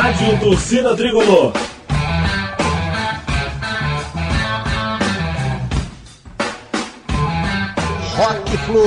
Rádio Torcida Tricolor. Rock Flu.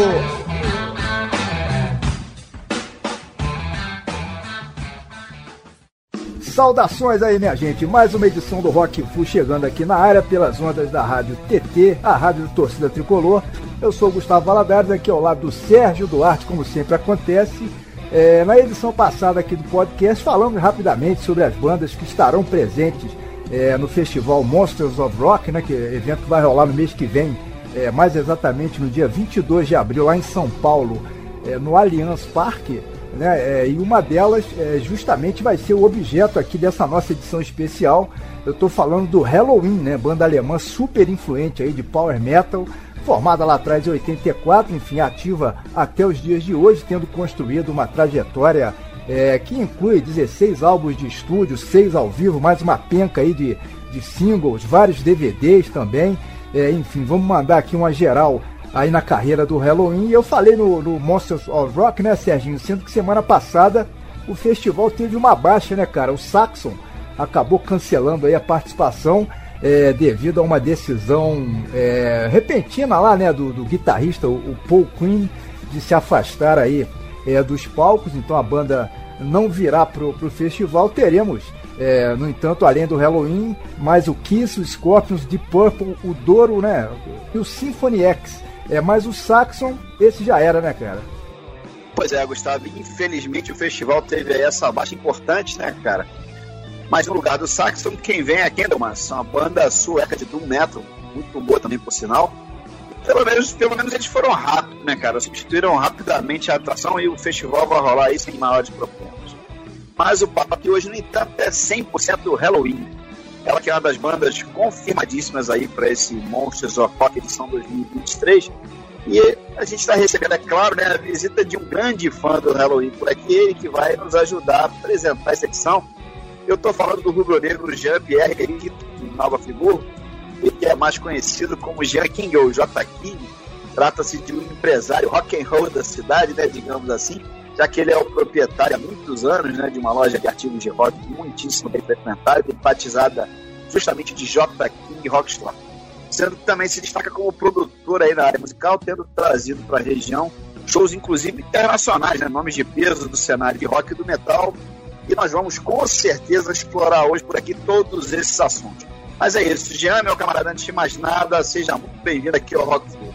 Saudações aí, minha gente. Mais uma edição do Rock Flu chegando aqui na área pelas ondas da Rádio TT, a Rádio Torcida Tricolor. Eu sou o Gustavo Valadares, aqui ao lado do Sérgio Duarte, como sempre acontece. Na edição passada aqui do podcast, falamos rapidamente sobre as bandas que estarão presentes no festival Monsters of Rock, né, que é evento que vai rolar no mês que vem, mais exatamente no dia 22 de abril, lá em São Paulo, no Allianz Parque. Né, e uma delas justamente vai ser o objeto aqui dessa nossa edição especial. Eu estou falando do Helloween, né, banda alemã super influente aí de power metal, formada lá atrás em 84, enfim, ativa até os dias de hoje, tendo construído uma trajetória que inclui 16 álbuns de estúdio, 6 ao vivo, mais uma penca aí de singles, vários DVDs também. Enfim, vamos mandar aqui uma geral aí na carreira do Helloween. Eu falei no Monsters of Rock, né, Serginho? Sendo que semana passada o festival teve uma baixa, né, cara? O Saxon acabou cancelando aí a participação devido a uma decisão repentina lá, né, do guitarrista, o Paul Quinn, de se afastar aí dos palcos. Então a banda não virá pro festival. Teremos, no entanto, além do Helloween, mais o Kiss, o Scorpions, Deep Purple, o Doro, né, e o Symphony X. Mas o Saxon, esse já era, né, cara? Pois é, Gustavo, infelizmente o festival teve aí essa baixa importante, né, cara? Mas no lugar do Saxon, quem vem é a Candlemass, uma banda sueca de doom metal, muito boa também, por sinal. Pelo menos eles foram rápidos, né, cara? Substituíram rapidamente a atração e o festival vai rolar aí sem maiores problemas. Mas o papo aqui hoje, no entanto, é 100% do Helloween. Ela que é uma das bandas confirmadíssimas aí para esse Monsters of Rock edição 2023. E a gente está recebendo, é claro, né, a visita de um grande fã do Helloween por aqui, ele que vai nos ajudar a apresentar essa edição. Eu estou falando do rubro-negro Jean-Pierre de Nova Friburgo, ele que é mais conhecido como Jean King ou J. King. Trata-se de um empresário rock and roll da cidade, né, digamos assim, já que ele é o proprietário há muitos anos, né, de uma loja de artigos de rock muitíssimo bem frequentada e batizada justamente de J. King Rock Store, sendo que também se destaca como produtor aí na área musical, tendo trazido para a região shows inclusive internacionais, né, nomes de peso do cenário de rock e do metal, e nós vamos com certeza explorar hoje por aqui todos esses assuntos. Mas é isso, Jean, meu camarada, antes de mais nada, seja muito bem-vindo aqui ao Rock Flu.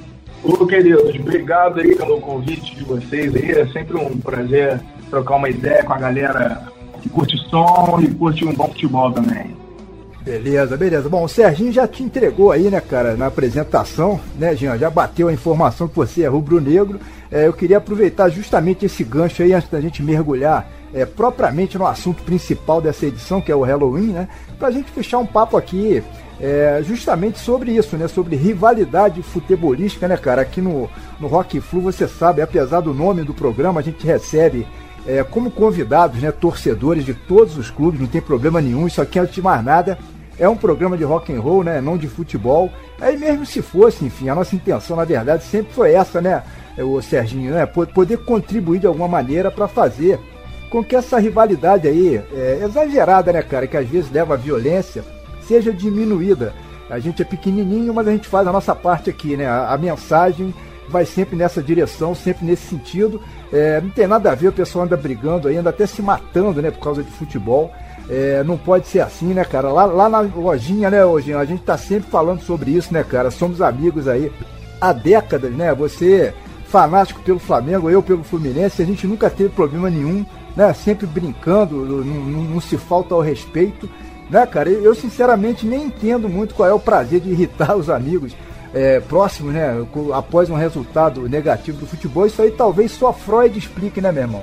Ô, queridos, obrigado aí pelo convite de vocês aí. É sempre um prazer trocar uma ideia com a galera que curte som e curte um bom futebol também. Beleza. Bom, o Serginho já te entregou aí, né, cara, na apresentação, né, Jean? Já bateu a informação que você é rubro-negro. Eu queria aproveitar justamente esse gancho aí, antes da gente mergulhar propriamente no assunto principal dessa edição, que é o Helloween, né? Pra gente fechar um papo aqui justamente sobre isso, né? Sobre rivalidade futebolística, né, cara? Aqui no Rock Flu, você sabe, apesar do nome do programa, a gente recebe como convidados, né, torcedores de todos os clubes, não tem problema nenhum. Isso aqui, antes de mais nada, é um programa de rock and roll, né? Não de futebol. Aí mesmo se fosse, enfim, a nossa intenção, na verdade, sempre foi essa, né, o Serginho, né? Poder contribuir de alguma maneira para fazer com que essa rivalidade aí, exagerada, né, cara, que às vezes leva à violência, seja diminuída. A gente é pequenininho, mas a gente faz a nossa parte aqui, né? A mensagem vai sempre nessa direção, sempre nesse sentido. Não tem nada a ver, o pessoal anda brigando aí, anda até se matando, né, por causa de futebol. Não pode ser assim, né, cara? Lá na lojinha, né, hoje a gente tá sempre falando sobre isso, né, cara? Somos amigos aí há décadas, né? Você fanático pelo Flamengo, eu pelo Fluminense, a gente nunca teve problema nenhum, né? Sempre brincando, não se falta ao respeito, né, cara? Eu sinceramente nem entendo muito qual é o prazer de irritar os amigos próximos, né? Após um resultado negativo do futebol. Isso aí talvez só Freud explique, né, meu irmão?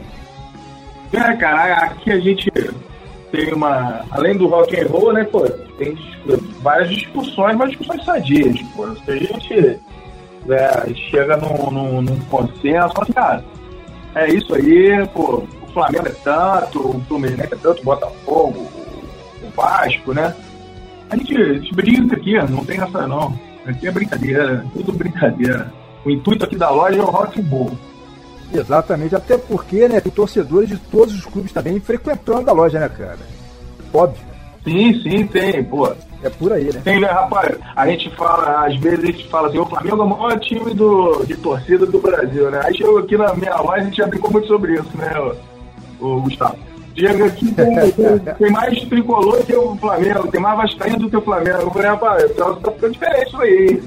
Cara, aqui a gente tem além do rock and roll, né, pô, tem várias discussões, mas discussões sadias, pô. Se a gente chega num consenso, mas, cara, é isso aí, pô, o Flamengo é tanto, o Fluminense é tanto, o Botafogo, o Vasco, né? A gente brinca aqui, não tem essa não. Aqui é brincadeira, tudo brincadeira. O intuito aqui da loja é o rock and roll. Exatamente, até porque, né, tem torcedores de todos os clubes também frequentando a loja, né, cara? Óbvio. Sim, tem, pô. É por aí, né? Tem, né, rapaz? A gente fala, às vezes a gente fala assim, o Flamengo é o maior time de torcida do Brasil, né? Aí chegou aqui na minha loja, a gente já brincou muito sobre isso, né, o Gustavo? Chega aqui, tem mais tricolor que o Flamengo, tem mais vascaíno do que o Flamengo. Eu falei, rapaz, tá ficando diferente isso aí.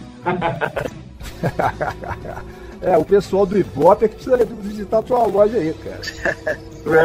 O pessoal do Ibope é que precisa visitar a tua loja aí, cara.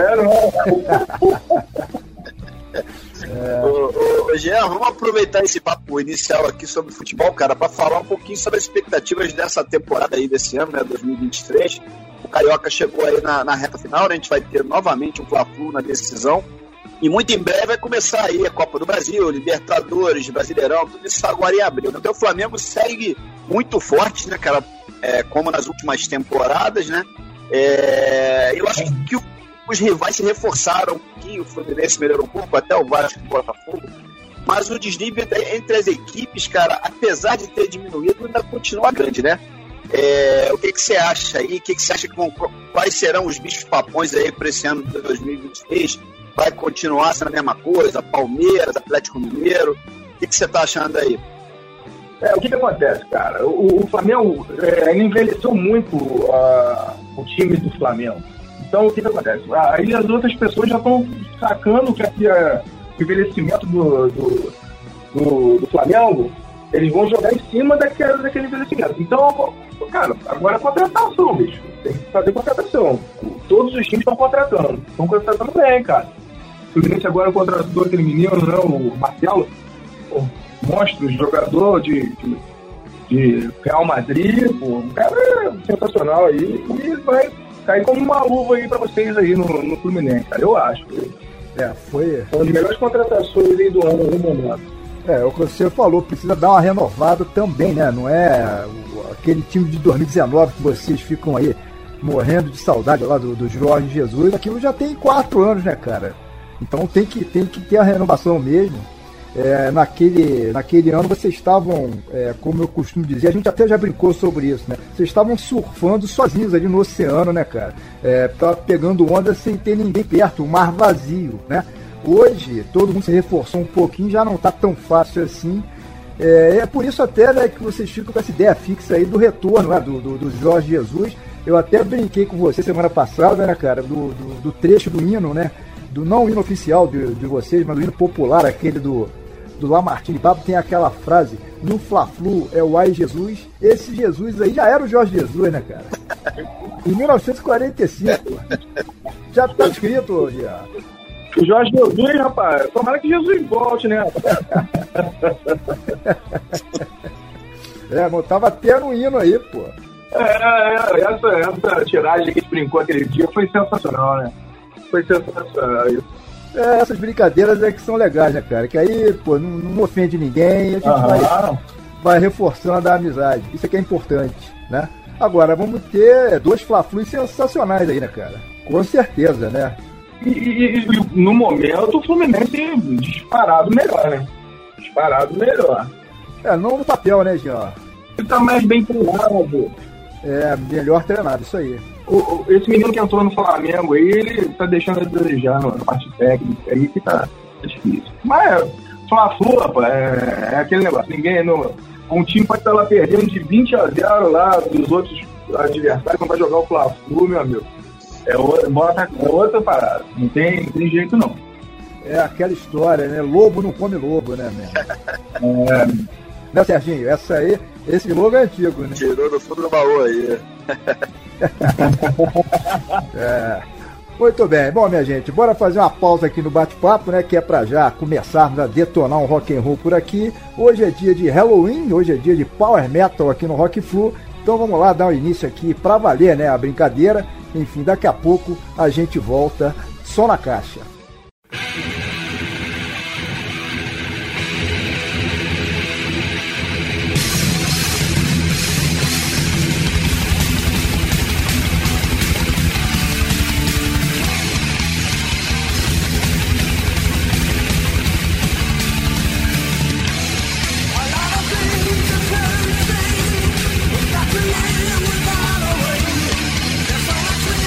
Ô, Jean, vamos aproveitar esse papo inicial aqui sobre futebol, cara, para falar um pouquinho sobre as expectativas dessa temporada aí, desse ano, né, 2023. O Carioca chegou aí na reta final, né, a gente vai ter novamente um Fla-Flu na decisão. E muito em breve vai começar aí a Copa do Brasil, Libertadores, Brasileirão, tudo isso agora em abril. Então o Flamengo segue muito forte, né, cara, como nas últimas temporadas, né. Eu acho que os rivais se reforçaram um pouquinho, o Fluminense melhorou um pouco, até o Vasco e o Botafogo, mas o desnível entre as equipes, cara, apesar de ter diminuído, ainda continua grande, né? O que você acha aí? O que você acha quais serão os bichos papões aí para esse ano de 2023? Vai continuar sendo a mesma coisa? Palmeiras, Atlético Mineiro? O que você tá achando aí? O que acontece, cara? O Flamengo envelheceu muito o time do Flamengo. Então, o que acontece? Aí as outras pessoas já estão sacando que aqui o envelhecimento do Flamengo, eles vão jogar em cima daquele envelhecimento. Então, cara, agora é contratação, bicho. Tem que fazer contratação. Todos os times estão contratando. Estão contratando bem, cara. O Fluminense agora contratou aquele menino, né, o Marcelo, monstro, jogador de Real Madrid, pô, um cara sensacional aí, e vai cair como uma luva aí pra vocês aí no Fluminense, cara, eu acho. Foi uma das melhores contratações aí do ano, no momento. O que você falou, precisa dar uma renovada também, né? Não é aquele time de 2019 que vocês ficam aí morrendo de saudade lá do Jorge Jesus, aquilo já tem 4 anos, né, cara? Então tem que ter a renovação mesmo. Naquele ano vocês estavam, como eu costumo dizer, a gente até já brincou sobre isso, né? Vocês estavam surfando sozinhos ali no oceano, né, cara? Tava pegando onda sem ter ninguém perto, o mar vazio, né? Hoje, todo mundo se reforçou um pouquinho, já não tá tão fácil assim. É por isso até, né, que vocês ficam com essa ideia fixa aí do retorno, né, do Jorge Jesus. Eu até brinquei com você semana passada, né, cara, do trecho do hino, né? Do não hino oficial de vocês, mas do hino popular, aquele do Lamartine Papo, tem aquela frase: no Fla-Flu é o Ai Jesus. Esse Jesus aí já era o Jorge Jesus, né, cara? Em 1945. Já tá escrito, Jean. O Jorge Jesus, rapaz, tomara que Jesus volte, né? Mas tava até no hino aí, pô. Essa tiragem que a gente brincou aquele dia foi sensacional, né? Foi sensacional isso. Essas brincadeiras que são legais, né, cara? Que aí, pô, não ofende ninguém, a gente vai reforçando a amizade. Isso aqui é importante, né? Agora, vamos ter 2 Fla-Flus sensacionais aí, né, cara? Com certeza, né? E no momento o Fluminense disparado melhor, né? Disparado melhor. Não no papel, né, Jean? Ele tá mais bem treinado. Melhor treinado, isso aí. Esse menino que entrou no Flamengo aí, ele tá deixando a desejar na parte técnica aí, que tá difícil. Mas Fla-Flu, rapaz, é aquele negócio. Um time pode estar lá perdendo de 20-0 lá dos outros adversários, quando vai jogar o Fla-Flu, meu amigo. É outra parada. Não tem jeito, não. É aquela história, né? Lobo não come lobo, né, mesmo? Né, Serginho? Esse logo é antigo, né? Tirou do fundo do baú aí. Muito bem. Bom, minha gente, bora fazer uma pausa aqui no bate-papo, né? Que é pra já começarmos a detonar um rock and roll por aqui. Hoje é dia de Halloween, hoje é dia de Power Metal aqui no Rock Flu. Então vamos lá dar o início aqui pra valer, né? A brincadeira. Enfim, daqui a pouco a gente volta só na caixa. Without a way, there's so much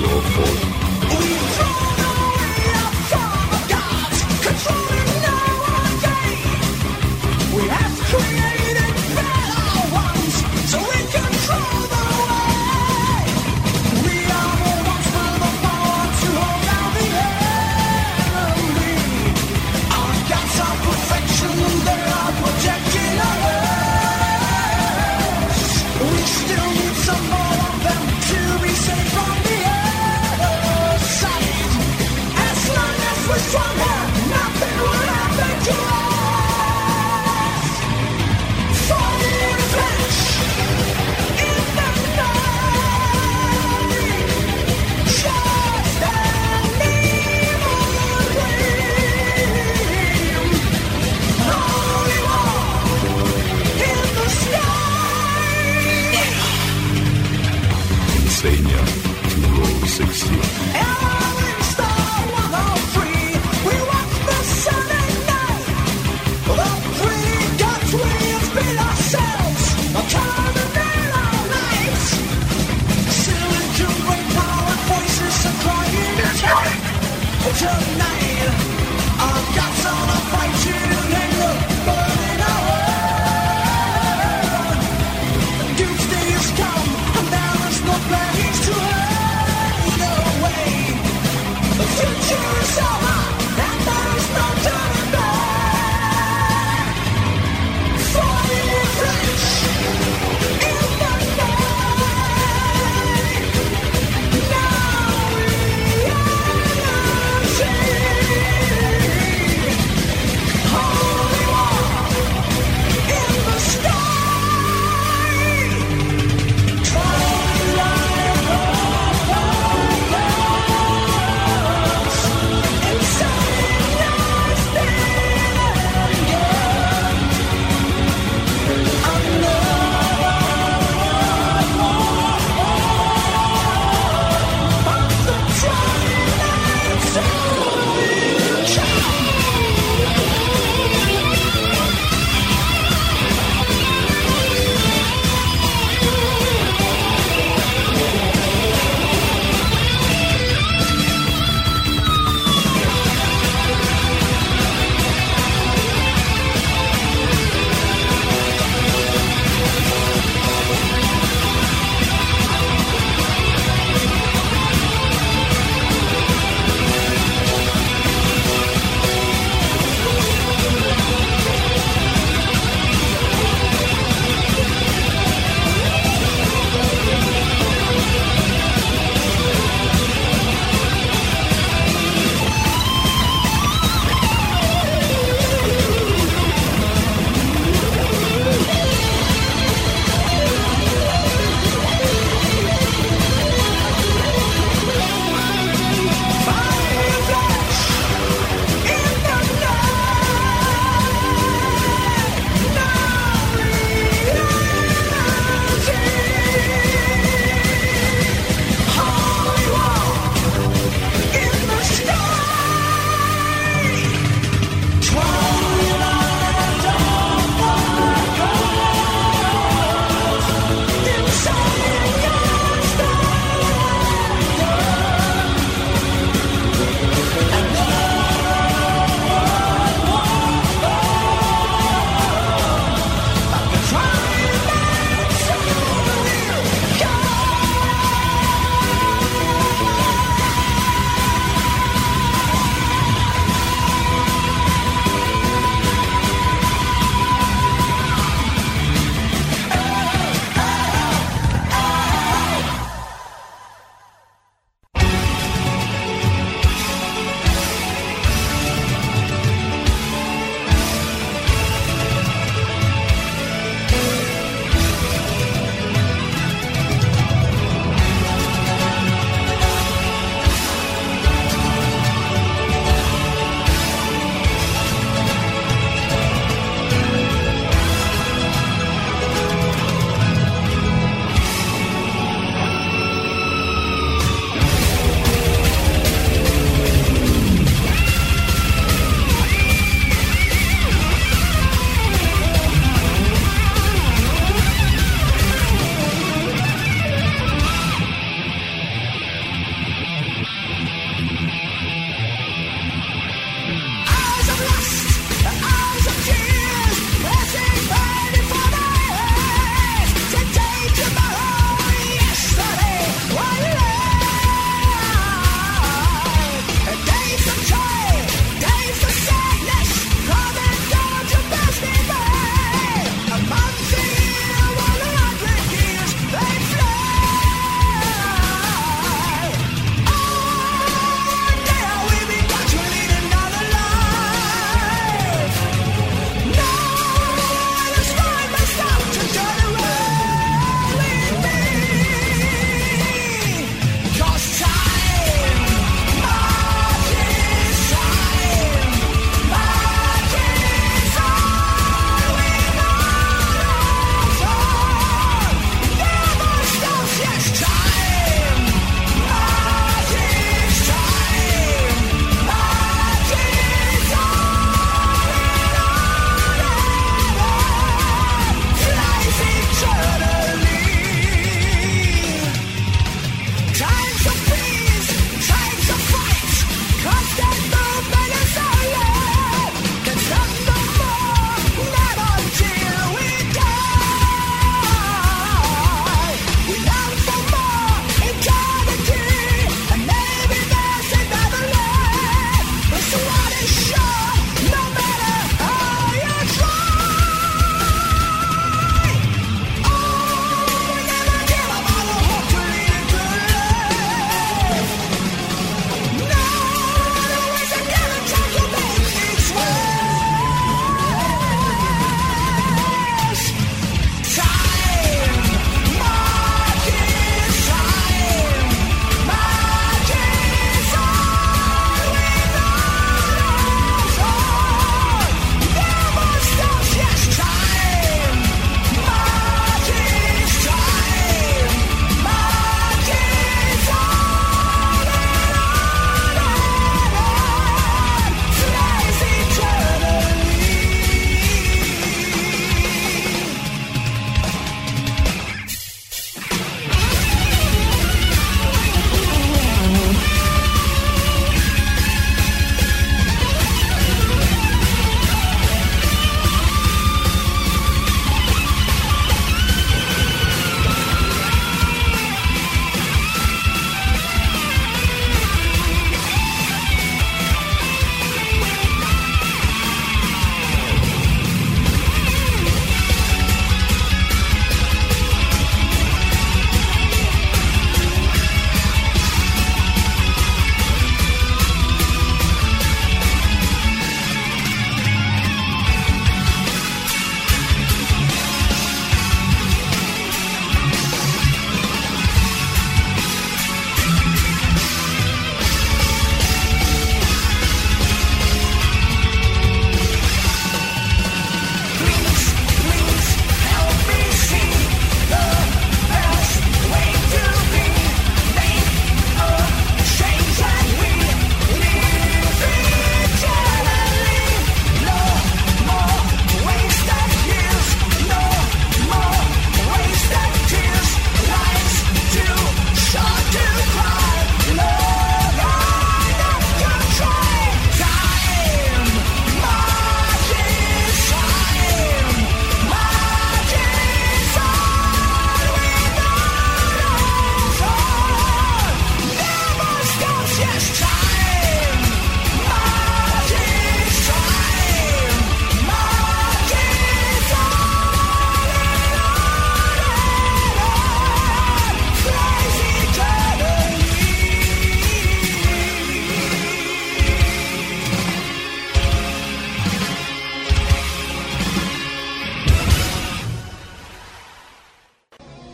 your fault. Doomsday has come, and there is no place to hide away.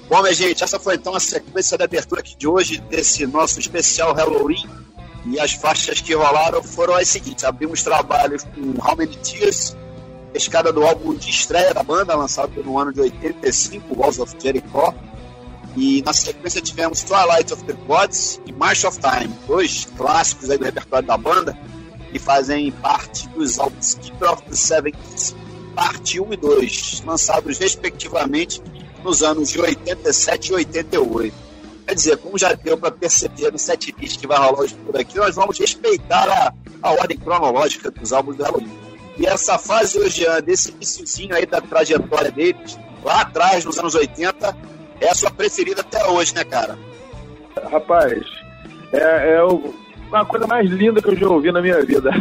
Bom, minha gente, essa foi então a sequência da abertura aqui de hoje, desse nosso especial Halloween. E as faixas que rolaram foram as seguintes. Abrimos trabalhos com How Many Tears, escada do álbum de estreia da banda, lançado no ano de 85, Walls of Jericho. E na sequência tivemos Twilight of the Gods e March of Time, dois clássicos aí do repertório da banda, que fazem parte dos álbuns Keeper of the Seven Keys, parte 1 e 2, lançados respectivamente nos anos de 87 e 88. Quer dizer, como já deu para perceber no setlist que vai rolar hoje por aqui, nós vamos respeitar a ordem cronológica dos álbuns do Halloween. E essa fase hoje, desse iniciozinho aí da trajetória deles, lá atrás, nos anos 80, é a sua preferida até hoje, né, cara? Rapaz, é uma coisa mais linda que eu já ouvi na minha vida.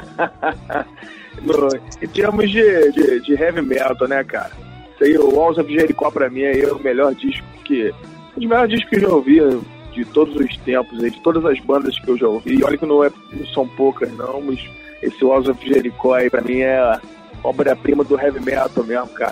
Em termos de heavy metal, né, cara? Isso aí, o Walls of Jericho pra mim é o melhor disco um dos melhores discos que eu já ouvi de todos os tempos, de todas as bandas que eu já ouvi. E olha que não são poucas, não, mas esse Walls of Jericho aí pra mim é a obra-prima do heavy metal mesmo, cara.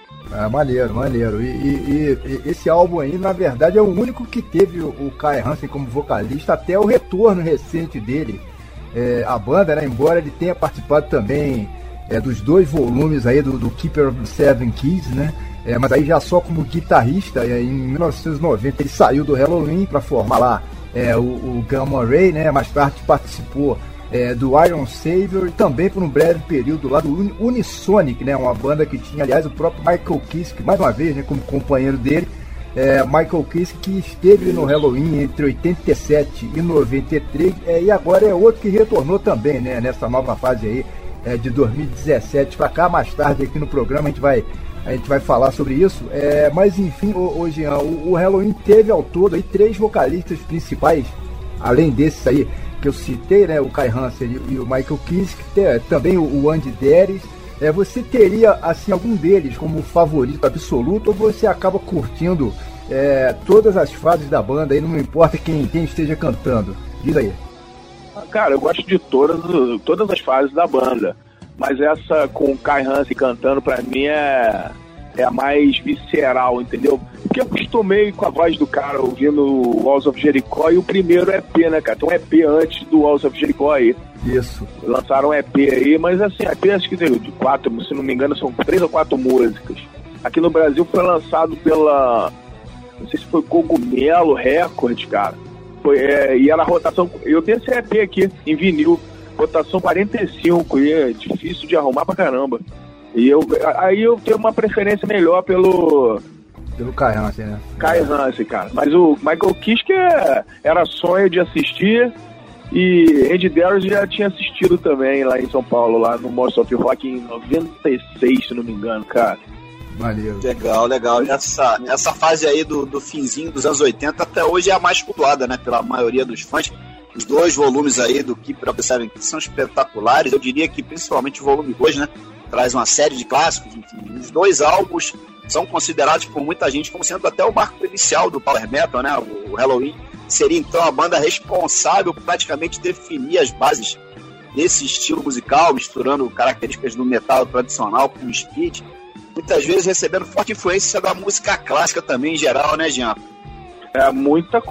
Maneiro. E esse álbum aí, na verdade, é o único que teve o Kai Hansen como vocalista até o retorno recente dele. A banda, né, embora ele tenha participado também dos 2 volumes aí do Keeper of the Seven Keys, né? Mas aí já só como guitarrista, em 1990 ele saiu do Halloween para formar lá o Gamma Ray, né? Mais tarde participou do Iron Savior e também por um breve período lá do Unisonic, né? Uma banda que tinha, aliás, o próprio Michael Kiske, mais uma vez, né, como companheiro dele. Michael Kiske, que esteve no Halloween entre 87 e 93, e agora é outro que retornou também, né, nessa nova fase aí de 2017 para cá. Mais tarde aqui no programa a gente vai falar sobre isso, mas enfim, Jean, o Halloween teve ao todo aí 3 vocalistas principais, além desses aí que eu citei, né, o Kai Hansen e o Michael Kiske, também o Andy Deris. Você teria assim algum deles como favorito absoluto, ou você acaba curtindo todas as fases da banda e não importa quem esteja cantando? Diz aí. Cara, eu gosto de todas as fases da banda, mas essa com o Kai Hansen cantando pra mim é a mais visceral, entendeu? Porque eu acostumei com a voz do cara ouvindo o Walls of Jericho e o primeiro EP, né, cara? Tem um EP antes do Walls of Jericho aí. Isso. Lançaram um EP aí, mas assim, EP acho que de 4, se não me engano, são 3 ou 4 músicas. Aqui no Brasil foi lançado pela, não sei se foi Cogumelo Records, cara. E era rotação, eu tenho esse EP aqui em vinil, rotação 45, e é difícil de arrumar pra caramba. E aí eu tenho uma preferência melhor pelo Kai Hansen, né? Kai Hansen, cara. Mas o Michael Kiske era sonho de assistir, e Andy Deris já tinha assistido também lá em São Paulo, lá no Monster of Rock em 96, se não me engano, cara. Valeu. Legal. Essa fase aí do finzinho dos anos 80 até hoje é a mais cultuada, né, pela maioria dos fãs. Os 2 volumes aí do Keeper of the Seven Keys são espetaculares. Eu diria que principalmente o volume 2, né, traz uma série de clássicos. Enfim, os 2 álbuns são considerados por muita gente como sendo até o marco inicial do Power Metal, né? O Halloween seria então a banda responsável por praticamente definir as bases desse estilo musical, misturando características do metal tradicional com o speed, muitas vezes recebendo forte influência da música clássica também em geral, né, Jean? Muita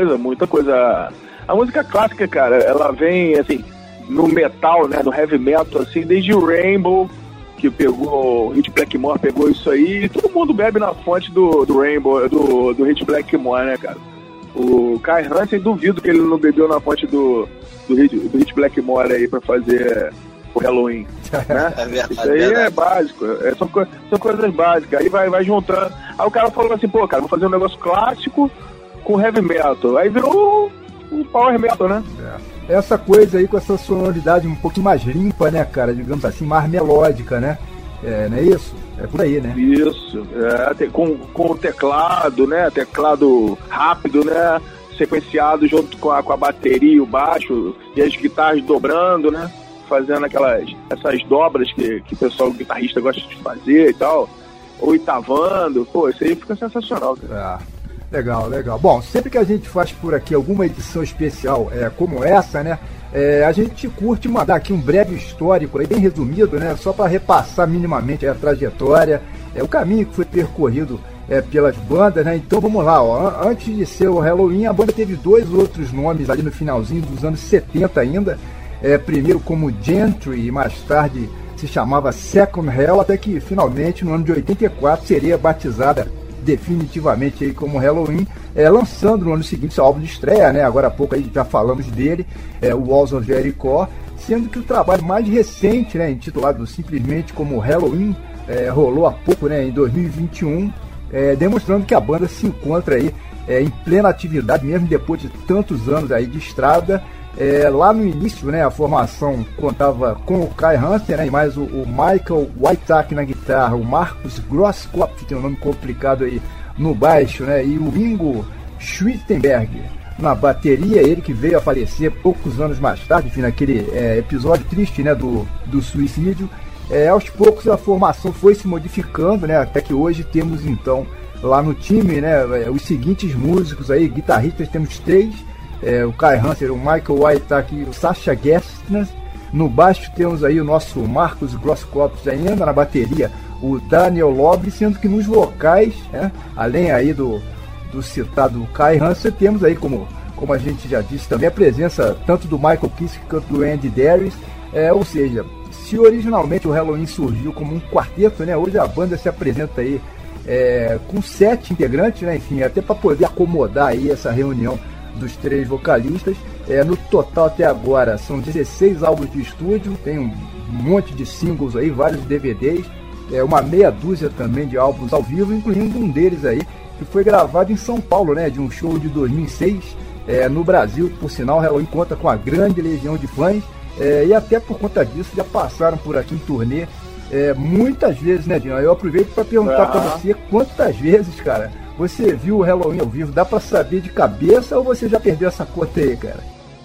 coisa. A música clássica, cara, ela vem assim no metal, né, no heavy metal, assim, desde o Rainbow, que pegou, o Hit Blackmore pegou isso aí, e todo mundo bebe na fonte do Rainbow, do Hit Blackmore, né, cara? O Kai Hansen, duvido que ele não bebeu na fonte do Hit Blackmore aí pra fazer o Halloween, né? É verdade, isso aí é básico, são coisas básicas, aí vai juntando. Aí o cara falou assim, pô, cara, vou fazer um negócio clássico com heavy metal, aí virou o power metal, né? Essa coisa aí com essa sonoridade um pouquinho mais limpa, né, cara? Digamos assim, mais melódica, né? Não é isso? É por aí, né? Isso. Com o teclado, né? Teclado rápido, né? Sequenciado junto com a bateria, o baixo e as guitarras dobrando, né? Fazendo essas dobras que o pessoal guitarrista gosta de fazer e tal. Oitavando. Pô, isso aí fica sensacional, cara. Legal, legal. Bom, sempre que a gente faz por aqui alguma edição especial como essa, né? A gente curte mandar aqui um breve histórico, aí, bem resumido, né? Só para repassar minimamente a trajetória, o caminho que foi percorrido pelas bandas, né? Então vamos lá, ó. Antes de ser o Helloween, a banda teve 2 outros nomes ali no finalzinho dos anos 70 ainda. Primeiro como Gentry e mais tarde se chamava Second Hell, até que finalmente no ano de 84 seria batizada definitivamente aí como Helloween, lançando no ano seguinte seu álbum de estreia, né? Agora há pouco aí já falamos dele, o Walls of Jericho, sendo que o trabalho mais recente, né, intitulado simplesmente como Helloween, rolou há pouco, né, em 2021, demonstrando que a banda se encontra aí em plena atividade, mesmo depois de tantos anos aí de estrada. Lá no início, né, a formação contava com o Kai Hansen, né, e mais o Michael Whiteack na guitarra, o Marcus Grosskopf, que tem um nome complicado aí, no baixo, né, e o Ingo Schwittenberg na bateria, ele que veio a falecer poucos anos mais tarde, enfim, naquele episódio triste, né, do suicídio. Aos poucos a formação foi se modificando, né, até que hoje temos então lá no time, né, os seguintes músicos aí, guitarristas, temos 3, o Kai Hansen, o Michael Whiteack e o Sasha Gessner. No baixo temos aí o nosso Marcus Grosskopf ainda, na bateria o Daniel Lobre, sendo que nos vocais, além aí do citado Kai Hansen, temos aí, como a gente já disse também, a presença tanto do Michael Kiske quanto do Andy Darius, ou seja, se originalmente o Helloween surgiu como um quarteto, né, hoje a banda se apresenta aí com 7 integrantes, né, enfim, até para poder acomodar aí essa reunião dos 3 vocalistas. No total até agora são 16 álbuns de estúdio, tem um monte de singles aí, vários DVDs, uma meia dúzia também de álbuns ao vivo, incluindo um deles aí que foi gravado em São Paulo, né, de um show de 2006 no Brasil. Por sinal, Helloween conta com uma grande legião de fãs, e até por conta disso já passaram por aqui em turnê muitas vezes, né, Dinho? Eu aproveito para perguntar para você quantas vezes, cara, você viu o Helloween ao vivo? Dá pra saber de cabeça ou você já perdeu essa conta aí, cara?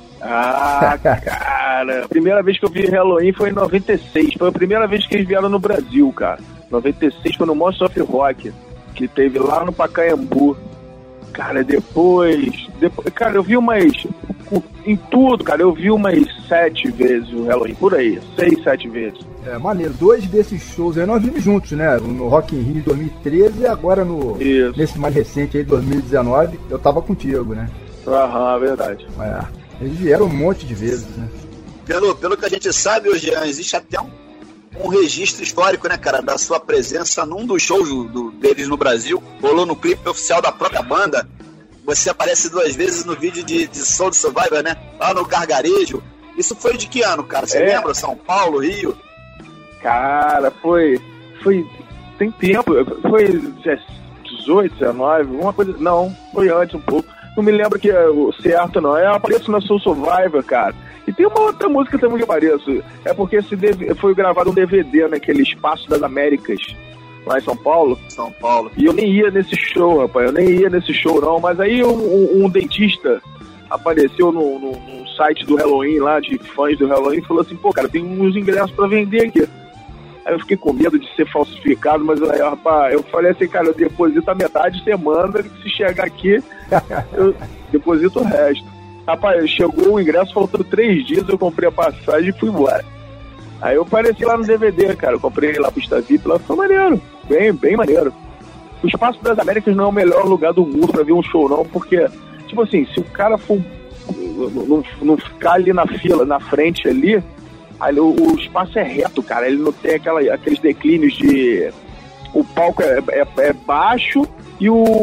Cara, a primeira vez que eu vi Helloween foi em 96. Foi a primeira vez que eles vieram no Brasil, cara. 96 foi no Monster of Rock, que teve lá no Pacaembu. Cara, depois, cara, eu vi em tudo, cara, eu vi umas 7 vezes o Helloween, por aí, 6, 7 vezes. Maneiro. 2 desses shows aí nós vimos juntos, né? No Rock in Rio em 2013 e agora nesse mais recente aí, 2019, eu tava contigo, né? Verdade. Eles vieram um monte de vezes, né? Pelo que a gente sabe, hoje existe até um registro histórico, né, cara, da sua presença num dos shows deles no Brasil. Rolou no clipe oficial da própria banda. Você aparece 2 vezes no vídeo de Soul Survivor, né? Lá no Gargarejo. Isso foi de que ano, cara? Você lembra? São Paulo, Rio? Cara, foi tem tempo. Foi 18, 19, uma coisa. Não, foi antes um pouco. Não me lembro que é o certo, não. Eu apareço na Soul Survivor, cara. E tem uma outra música também que apareço. É porque foi gravado um DVD naquele Espaço das Américas, lá em São Paulo. E eu nem ia nesse show, rapaz. Eu nem ia nesse show, não. Mas aí um dentista apareceu no site do Helloween, lá, de fãs do Helloween, e falou assim, pô, cara, tem uns ingressos pra vender aqui. Aí eu fiquei com medo de ser falsificado, mas aí, rapaz, eu falei assim, cara, eu deposito a metade, você manda, se chegar aqui, eu deposito o resto. Rapaz, chegou o ingresso, faltando 3 dias, eu comprei a passagem e fui embora. Aí eu apareci lá no DVD, cara, eu comprei lá pro Stavip, lá foi maneiro, bem maneiro. O Espaço das Américas não é o melhor lugar do mundo pra ver um show, não, porque, tipo assim, se o cara for não ficar ali na fila, na frente ali, o espaço é reto, cara, ele não tem aqueles declínios de... O palco é baixo e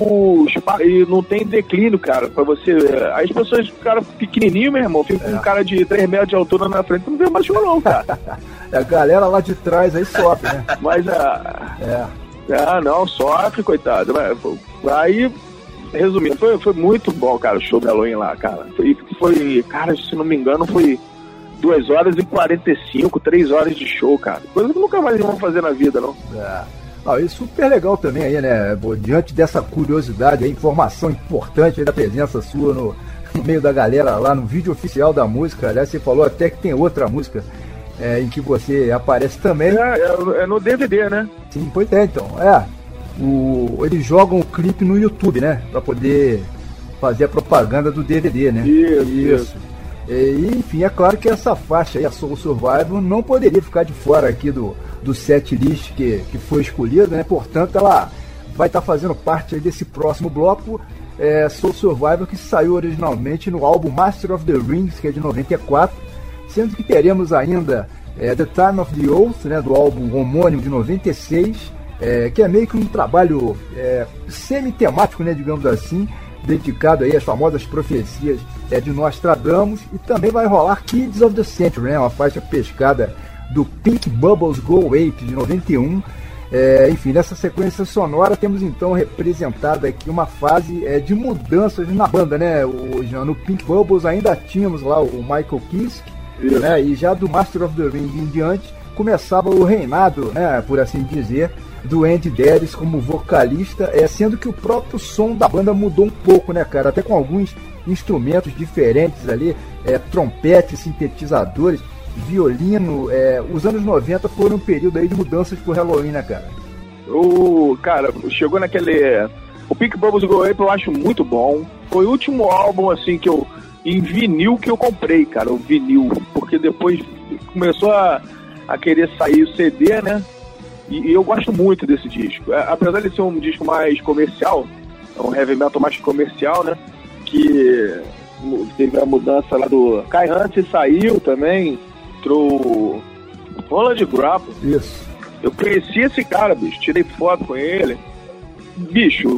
não tem declínio, cara, pra você... As pessoas, cara pequenininho, meu irmão, fica com um cara de 3 metros de altura na frente, não vê mais show não, cara. A galera lá de trás aí sofre, né? Mas, não, sofre, coitado. Aí, resumindo, foi muito bom, cara, o show do Helloween lá, cara. Foi, cara, se não me engano, foi 2 horas e 45, 3 horas de show, cara. Coisa que nunca mais vão fazer na vida, não. E super legal também aí, né? Diante dessa curiosidade, a informação importante aí da presença sua no meio da galera lá no vídeo oficial da música. Aliás, você falou até que tem outra música em que você aparece também. É no DVD, né? Sim, pois é, então. eles jogam o clipe no YouTube, né? Pra poder fazer a propaganda do DVD, né? Isso. E, enfim, é claro que essa faixa aí, a Soul Survivor, não poderia ficar de fora aqui do set list que foi escolhido, né? Portanto, ela vai estar fazendo parte aí desse próximo bloco. Soul Survivor, que saiu originalmente no álbum Master of the Rings, que é de 94, sendo que teremos ainda The Time of the Oath, né, do álbum homônimo de 96, que é meio que um trabalho semi-temático, né, digamos assim, dedicado aí às famosas profecias de Nostradamus. E também vai rolar Kids of the Century, né, uma faixa pescada do Pink Bubbles Go Ape, de 91. Enfim, nessa sequência sonora temos então representada aqui uma fase de mudanças na banda, né? No Pink Bubbles ainda tínhamos lá o Michael Kiske, né? E já do Master of the Ring em diante começava o reinado, né, por assim dizer, do Andy Darius como vocalista, sendo que o próprio som da banda mudou um pouco, né, cara? Até com alguns instrumentos diferentes ali, trompetes, sintetizadores, violino. Os anos 90 foram um período aí de mudanças pro Halloween, né, cara? Cara, chegou naquele... O Pink Bubbles Go Ape eu acho muito bom. Foi o último álbum, assim, que eu... em vinil que eu comprei, cara, o vinil. Porque depois começou a querer sair o CD, né? E eu gosto muito desse disco. Apesar de ser um disco mais comercial, um heavy metal mais comercial, né? Que teve a mudança lá do... Kai Hansen saiu também... o Roland Grapo. Isso. Eu conheci esse cara, bicho, tirei foto com ele. Bicho,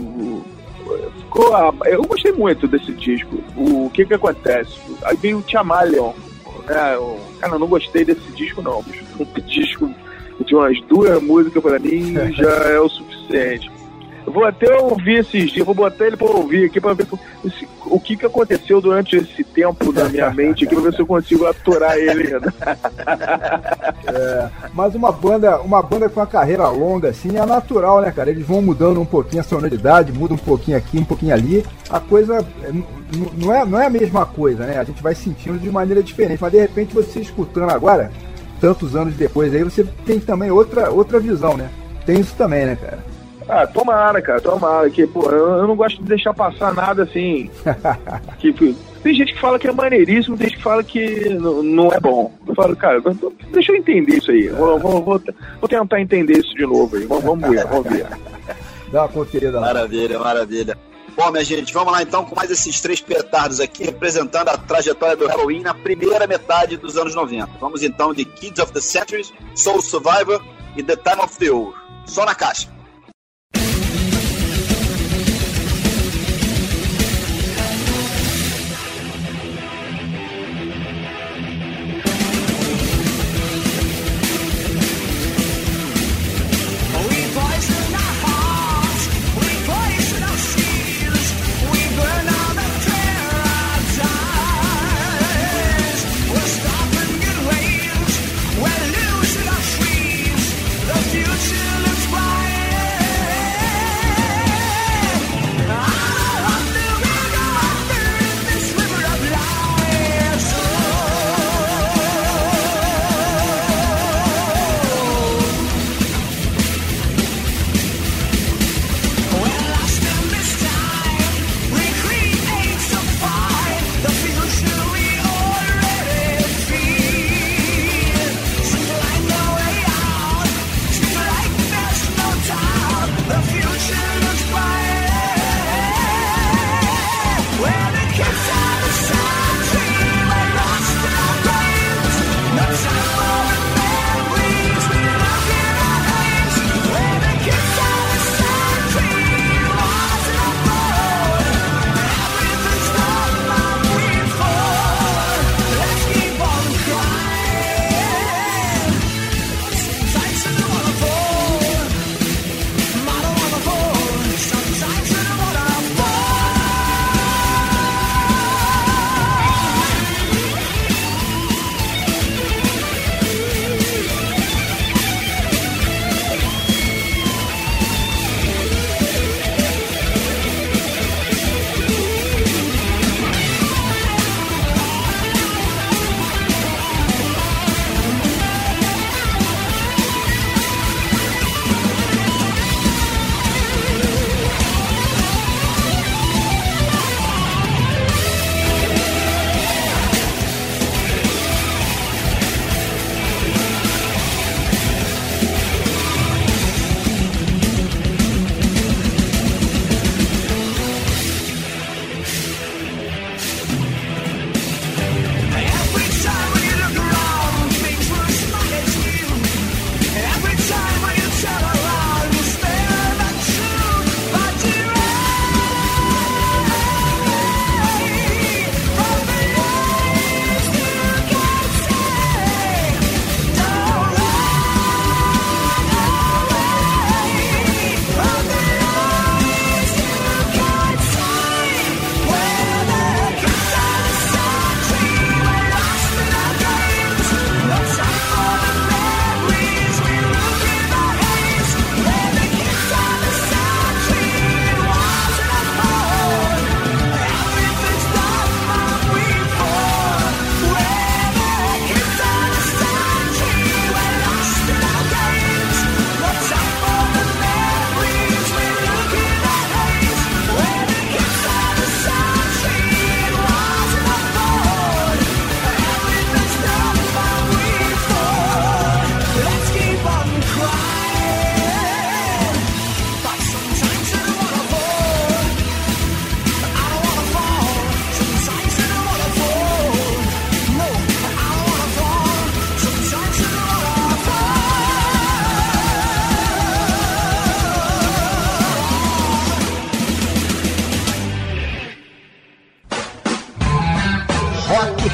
eu gostei muito desse disco. O que acontece? Aí veio o Chameleon, né? Cara, eu não gostei desse disco não, bicho. Um disco de umas 2 músicas pra mim já é o suficiente. Eu vou até ouvir esses dias, vou botar ele pra ouvir aqui pra ver o que aconteceu durante esse tempo na minha mente aqui, pra ver se eu consigo aturar ele. Mas uma banda com uma carreira longa assim é natural, né, cara? Eles vão mudando um pouquinho a sonoridade, muda um pouquinho aqui, um pouquinho ali. A coisa não é a mesma coisa, né? A gente vai sentindo de maneira diferente, mas de repente você escutando agora, tantos anos depois aí, você tem também outra visão, né? Tem isso também, né, cara? Tomara, cara, que, pô, eu não gosto de deixar passar nada assim. Tem gente que fala que é maneiríssimo, tem gente que fala que não é bom. Eu falo, cara, deixa eu entender isso aí. Vou tentar entender isso de novo aí. Vamos ver. Dá uma conferida lá. Maravilha. Bom, minha gente, vamos lá então com mais esses 3 petardos aqui, representando a trajetória do Halloween na primeira metade dos anos 90. Vamos então de Kids of the Century, Soul Survivor e The Time of the Oath. Só na caixa. Future looks bright.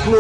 Fla-Flu.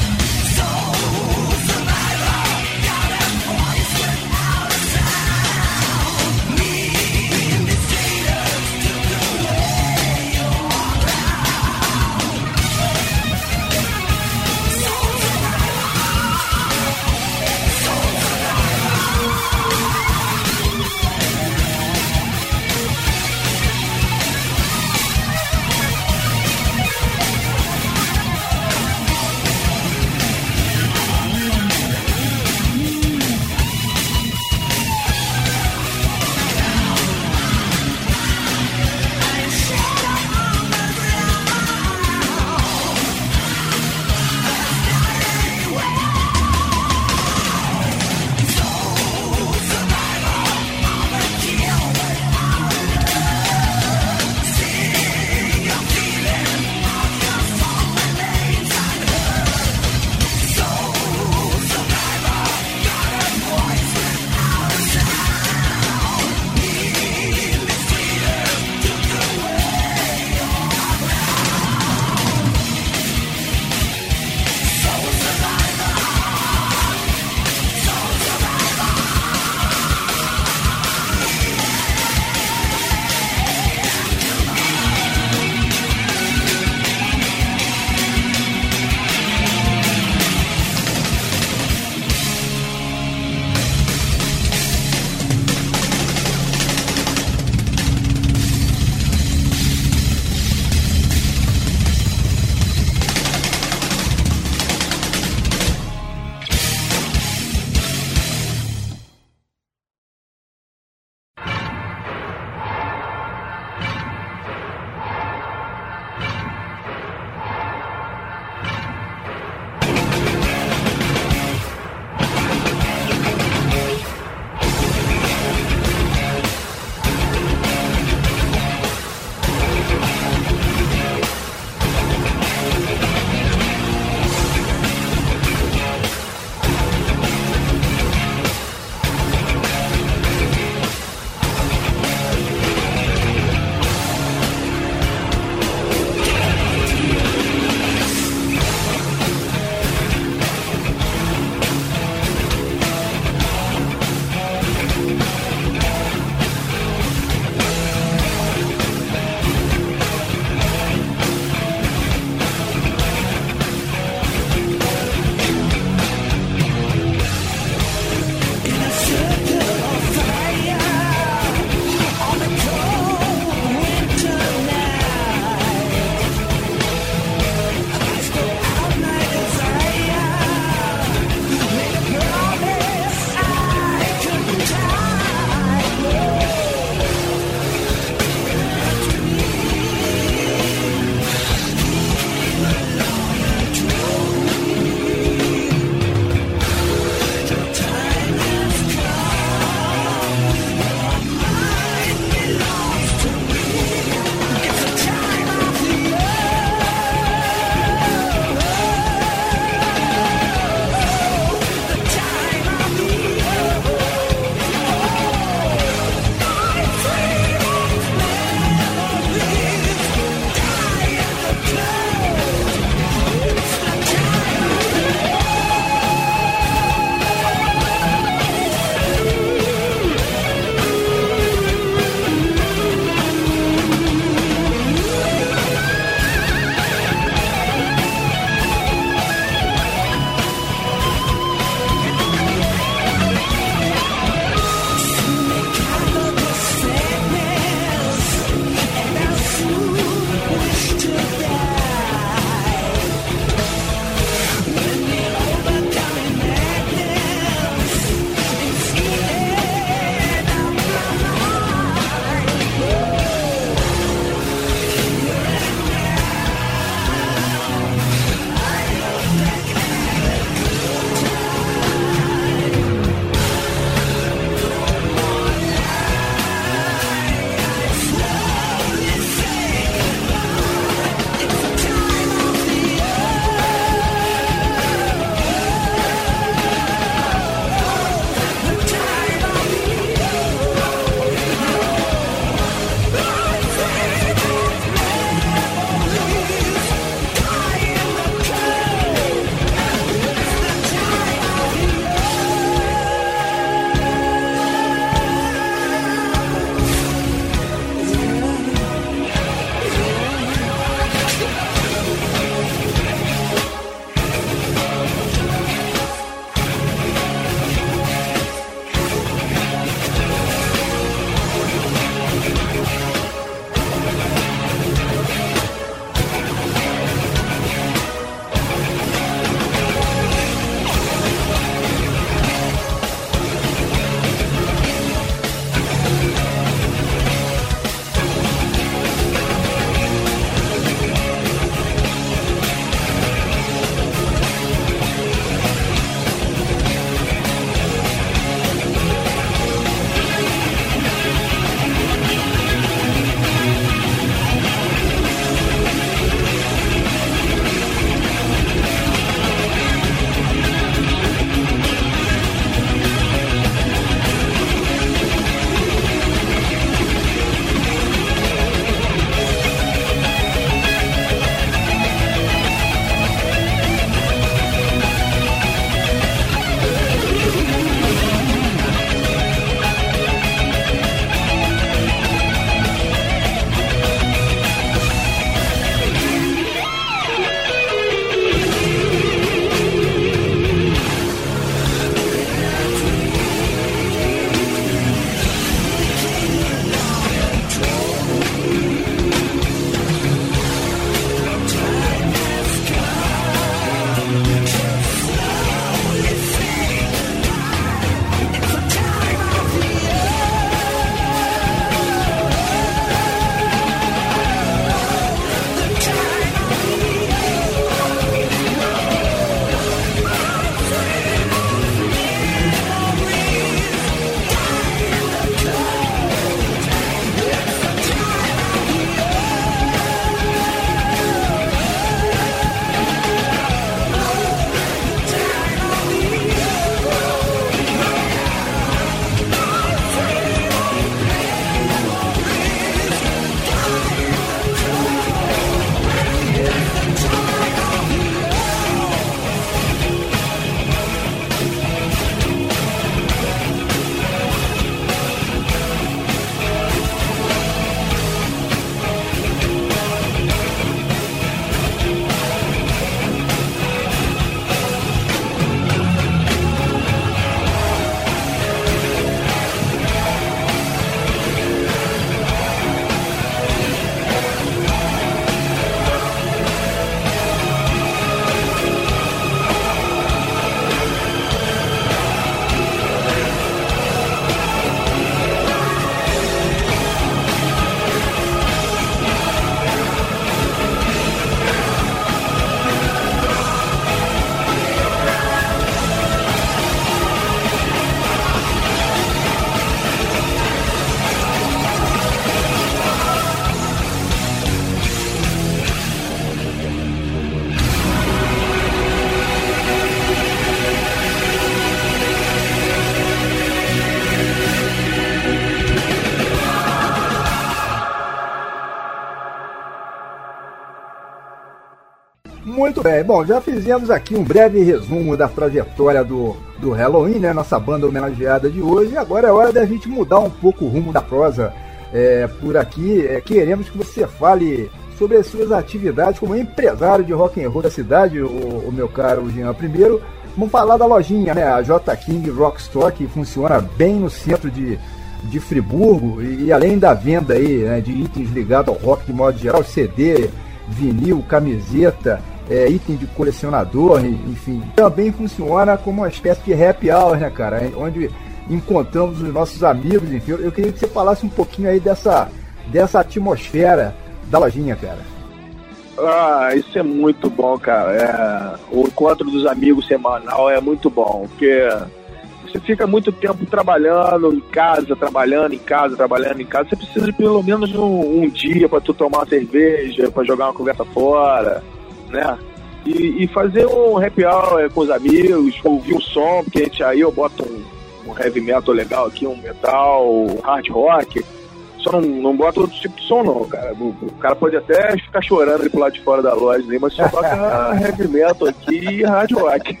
Muito bem, bom, já fizemos aqui um breve resumo da trajetória do Helloween, né, nossa banda homenageada de hoje, e agora é hora da gente mudar um pouco o rumo da prosa por aqui. Queremos que você fale sobre as suas atividades como empresário de rock and roll da cidade, o meu caro Jean. Primeiro, vamos falar da lojinha, né, a J. King Rock Store, que funciona bem no centro de Friburgo, e além da venda aí, né, de itens ligados ao rock de modo geral, CD, vinil, camiseta, item de colecionador, enfim, também funciona como uma espécie de happy hour, né, cara, onde encontramos os nossos amigos, enfim. Eu queria que você falasse um pouquinho aí dessa atmosfera da lojinha, cara. Isso é muito bom, cara. O encontro dos amigos semanal é muito bom, porque você fica muito tempo trabalhando em casa, você precisa de pelo menos um dia para tu tomar uma cerveja, para jogar uma conversa fora, né? E fazer um happy hour com os amigos, ouvir um som, porque aí eu boto um heavy metal legal aqui, um metal, um hard rock. Só não bota outro tipo de som, não, cara. O cara pode até ficar chorando ali pro lado de fora da loja, mas só toca heavy metal aqui e hard rock.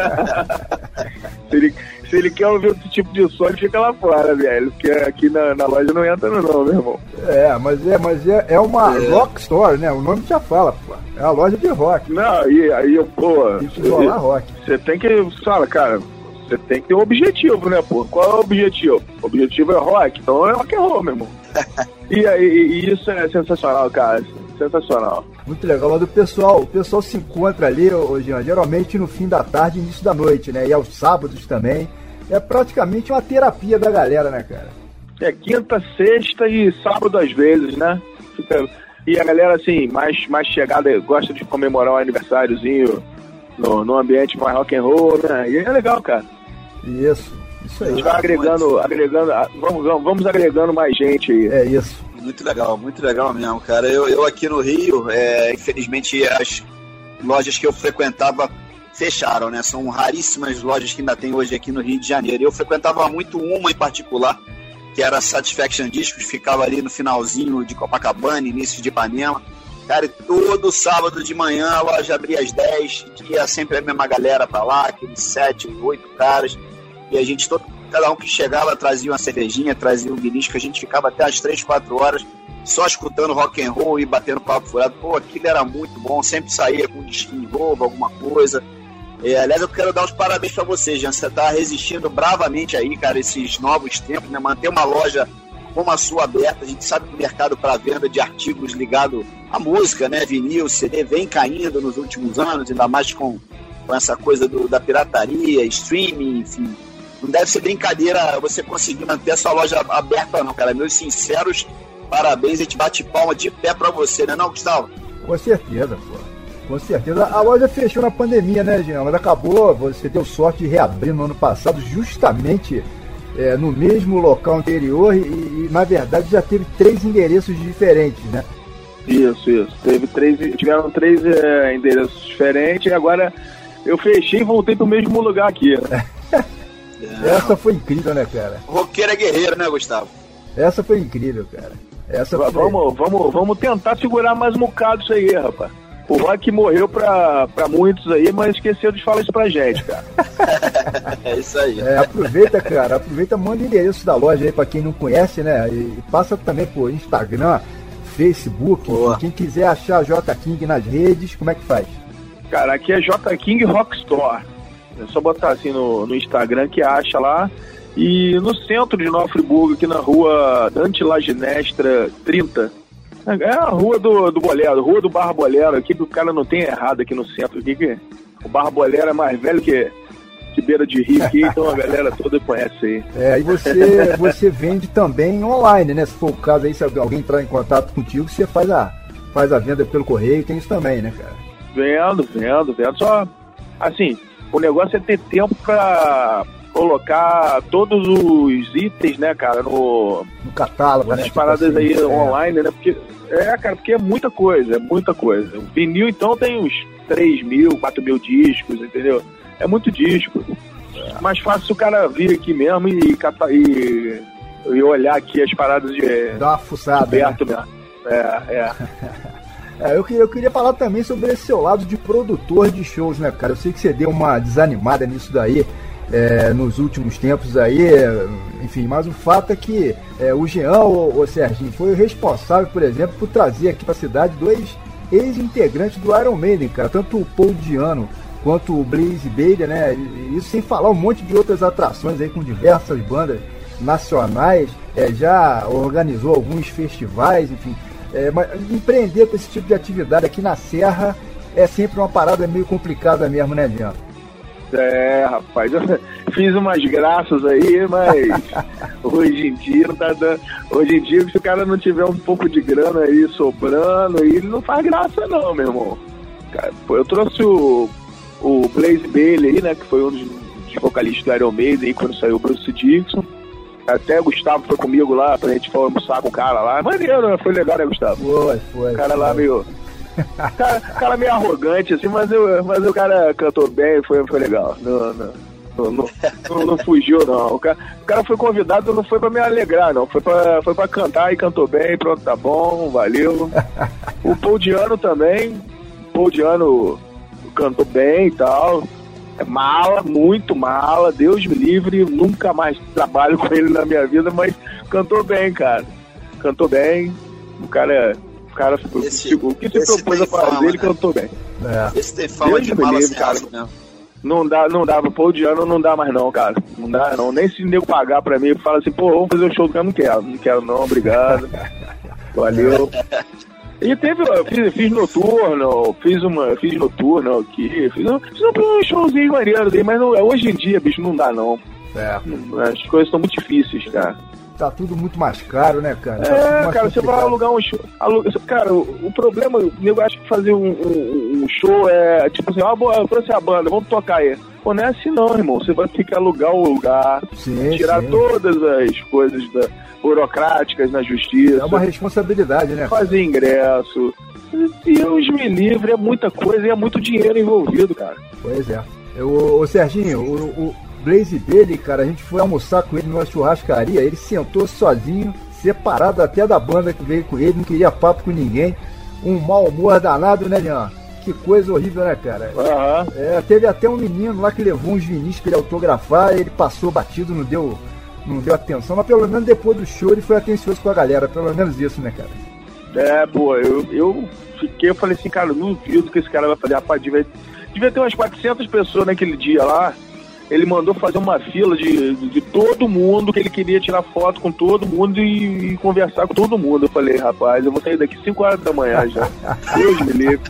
Se ele quer ouvir outro tipo de som, ele fica lá fora, velho. Porque aqui na loja não entra, não, meu irmão. Mas é uma rock store, né? O nome já fala, pô. É a loja de rock. Não, aí pô. Tem que rolar rock. Você tem que. Fala, cara. Você tem que ter um objetivo, né, pô? Qual é o objetivo? O objetivo é rock, então é rock and roll, meu irmão. E isso é sensacional, cara. Sensacional. Muito legal, mas o pessoal se encontra ali, Jean, geralmente no fim da tarde e início da noite, né? E aos sábados também. É praticamente uma terapia da galera, né, cara? É quinta, sexta e sábado às vezes, né? E a galera, assim, mais chegada, gosta de comemorar um aniversáriozinho no ambiente mais rock and roll, né? E é legal, cara. Isso aí. A gente vai agregando, vamos agregando mais gente aí. É isso. Muito legal mesmo, cara. Eu aqui no Rio, infelizmente as lojas que eu frequentava fecharam, né? São raríssimas lojas que ainda tem hoje aqui no Rio de Janeiro. Eu frequentava muito uma em particular, que era a Satisfaction Discos, ficava ali no finalzinho de Copacabana, início de Ipanema. Cara, e todo sábado de manhã a loja abria às 10, ia sempre a mesma galera pra lá, aqueles 7, 8 caras, e a gente, cada um que chegava trazia uma cervejinha, trazia um guinisco, a gente ficava até às 3, 4 horas só escutando rock and roll e batendo papo furado. Pô, aquilo era muito bom, sempre saía com um disquinho novo, alguma coisa. Aliás, eu quero dar os parabéns pra você, Jean, você tá resistindo bravamente aí, cara, esses novos tempos, né, manter uma loja como a sua aberta. A gente sabe que o mercado para venda de artigos ligado à música, né, vinil, CD, vem caindo nos últimos anos, ainda mais com essa coisa da pirataria, streaming, enfim. Não deve ser brincadeira você conseguir manter a sua loja aberta, não, cara. Meus sinceros parabéns, a gente bate palma de pé pra você, né, não, Gustavo? Com certeza, pô. Com certeza. A loja fechou na pandemia, né, Jean? Mas acabou, você deu sorte de reabrir no ano passado, justamente no mesmo local anterior e na verdade já teve 3 endereços diferentes, né? Isso. Tiveram 3 endereços diferentes e agora eu fechei e voltei pro mesmo lugar aqui. Essa foi incrível, né, cara? Roqueiro é guerreiro, né, Gustavo? Essa foi incrível, cara. Vamos tentar segurar mais um bocado isso aí, rapaz. O rock morreu pra muitos aí, mas esqueceu de falar isso pra gente, cara. É isso aí. Aproveita, cara. Aproveita, manda o endereço da loja aí pra quem não conhece, né? E passa também por Instagram, Facebook. Quem quiser achar a J. King nas redes, como é que faz? Cara, aqui é J. King Rock Store. É só botar assim no Instagram que acha lá. E no centro de Nova Friburgo, aqui na rua Dante Laginestra 30. É a rua do Bolero, rua do Barra Bolero, aqui que o cara não tem errado aqui no centro. Aqui que o Barra Bolero é mais velho que beira de rio aqui, então a galera toda conhece aí. E você vende também online, né? Se for o caso aí, se alguém entrar em contato contigo, você faz a venda pelo correio, tem isso também, né, cara? Vendo. Só, assim, o negócio é ter tempo pra colocar todos os itens, né, cara, no catálogo, né? As paradas assim, aí online, né? Porque é muita coisa. O vinil, então, tem uns 3.000, 4.000 discos, entendeu? É muito disco. É mais fácil o cara vir aqui mesmo e olhar aqui as paradas de... Dá uma fuçada. Aberto, né? Eu queria falar também sobre esse seu lado de produtor de shows, né, cara? Eu sei que você deu uma desanimada nisso daí nos últimos tempos aí, enfim, mas o fato é que o Jean, o Serginho, foi o responsável, por exemplo, por trazer aqui pra cidade 2 ex-integrantes do Iron Maiden, cara, tanto o Paul Di'Anno quanto o Blaze Bayley, né? Isso sem falar um monte de outras atrações aí com diversas bandas nacionais, já organizou alguns festivais, enfim. Mas empreender com esse tipo de atividade aqui na Serra é sempre uma parada meio complicada mesmo, né, Jean? Rapaz, eu fiz umas graças aí, mas hoje em dia não tá dando. Hoje em dia, se o cara não tiver um pouco de grana aí sobrando, ele não faz graça não, meu irmão. Cara, eu trouxe o Blaze Bayley aí, né, que foi um dos vocalistas do Iron Maiden aí quando saiu o Bruce Dickinson. Até o Gustavo foi comigo lá pra gente almoçar com o cara lá. Maneiro, né? Foi legal, né, Gustavo? Foi. O cara lá meio. cara meio arrogante, assim, mas o cara cantou bem, foi legal. Não fugiu, não. O cara foi convidado, não foi pra me alegrar, não. Foi pra cantar e cantou bem, pronto, tá bom, valeu. O Paul Di'Anno também. O Paul Di'Anno cantou bem e tal. Mala, muito mala, Deus me livre, nunca mais trabalho com ele na minha vida, mas cantou bem, cara. Cantou bem. O cara o que se propôs a fazer, ele cantou bem. Esse tem fama de mala sem asa, né? Não dá, pro Paul Di'Anno não dá mais não, cara. Não dá não, nem se nego pagar pra mim, fala assim, pô, vamos fazer um show do cara, não quero não, obrigado. Valeu. E fiz noturno, fiz noturno aqui, fiz um showzinho maneiro, mas hoje em dia, bicho, não dá não. As coisas estão muito difíceis, cara. Tá tudo muito mais caro, né, cara? Cara, você vai alugar um show. Cara, o problema, eu acho que fazer um show é tipo assim, eu trouxe a banda, vamos tocar aí. Pô, não é assim não, irmão. Você vai ter que alugar o lugar, tirar todas as coisas burocráticas na justiça. É uma responsabilidade, né? Fazer ingresso. Deus me livre, é muita coisa e é muito dinheiro envolvido, cara. Pois é. Ô Serginho, o Blaze Bayley, cara, a gente foi almoçar com ele numa churrascaria, ele sentou sozinho, separado até da banda que veio com ele, não queria papo com ninguém, um mau humor danado, né, Jean? Que coisa horrível, né, cara? Teve até um menino lá que levou uns vinis pra ele autografar, ele passou batido, não deu atenção, mas pelo menos depois do show ele foi atencioso com a galera, pelo menos isso, né, cara? Eu falei assim, cara, eu não duvido que esse cara vai fazer, rapaz, devia ter umas 400 pessoas naquele dia lá. Ele mandou fazer uma fila de todo mundo, que ele queria tirar foto com todo mundo e conversar com todo mundo. Eu falei, rapaz, eu vou sair daqui 5 horas da manhã já. Deus me livre.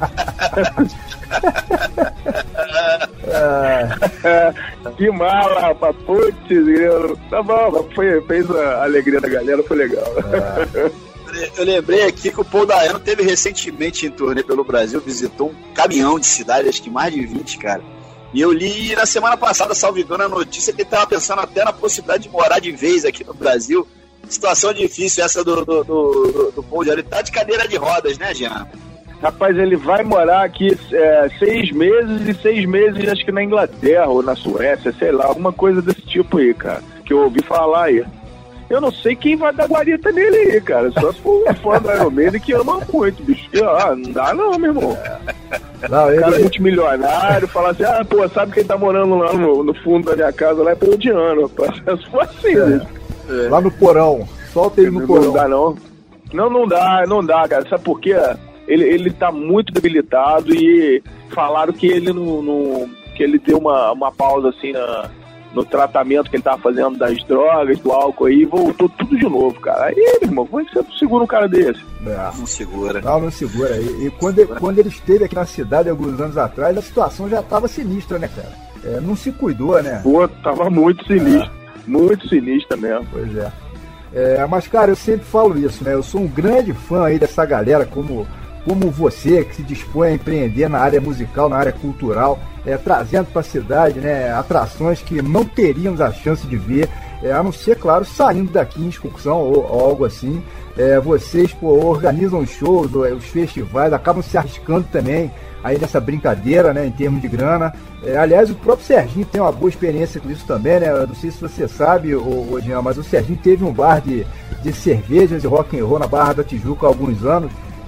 Que mala, rapaz. Putz, tá bom, fez a alegria da galera, foi legal. Eu lembrei aqui que o Paul Di'Anno teve recentemente em turnê pelo Brasil, visitou um caminhão de cidade, acho que mais de 20, cara. E eu li na semana passada, salvo engano, a notícia que ele estava pensando até na possibilidade de morar de vez aqui no Brasil. Situação difícil essa do Paul Di'Anno. Ele tá de cadeira de rodas, né, Jean? Rapaz, ele vai morar aqui 6 meses e 6 meses, acho que na Inglaterra ou na Suécia, sei lá, alguma coisa desse tipo aí, cara, que eu ouvi falar aí. Eu não sei quem vai dar guarita nele aí, cara. Só se for um fã do Iron Maiden que ama muito, bicho. Não dá não, meu irmão. Não, ele... cara multimilionário, falar assim, pô, sabe quem tá morando lá no fundo da minha casa, lá é Paul Di'Anno, rapaz. Se for assim, bicho. Lá no porão. Solta ele no porão. Não dá não. Não dá, cara. Sabe por quê? Ele tá muito debilitado e falaram que ele que ele deu uma pausa assim no tratamento que ele tava fazendo das drogas, do álcool aí, voltou tudo de novo, cara. Aí, meu irmão, como é que você segura um cara desse? Não segura. Não segura. E quando ele esteve aqui na cidade alguns anos atrás, a situação já tava sinistra, né, cara? Não se cuidou, né? Pô, tava muito sinistro. Muito sinistra mesmo. Pois é. Mas, cara, eu sempre falo isso, né? Eu sou um grande fã aí dessa galera, como você, que se dispõe a empreender na área musical, na área cultural, trazendo para a cidade, né, atrações que não teríamos a chance de ver, a não ser, claro, saindo daqui em excursão ou algo assim. Vocês organizam shows, os festivais, acabam se arriscando também aí nessa brincadeira, né, em termos de grana. Aliás, o próprio Serginho tem uma boa experiência com isso também, né? Eu não sei se você sabe, Jean, mas o Serginho teve um bar de cervejas e rock and roll na Barra da Tijuca há alguns anos.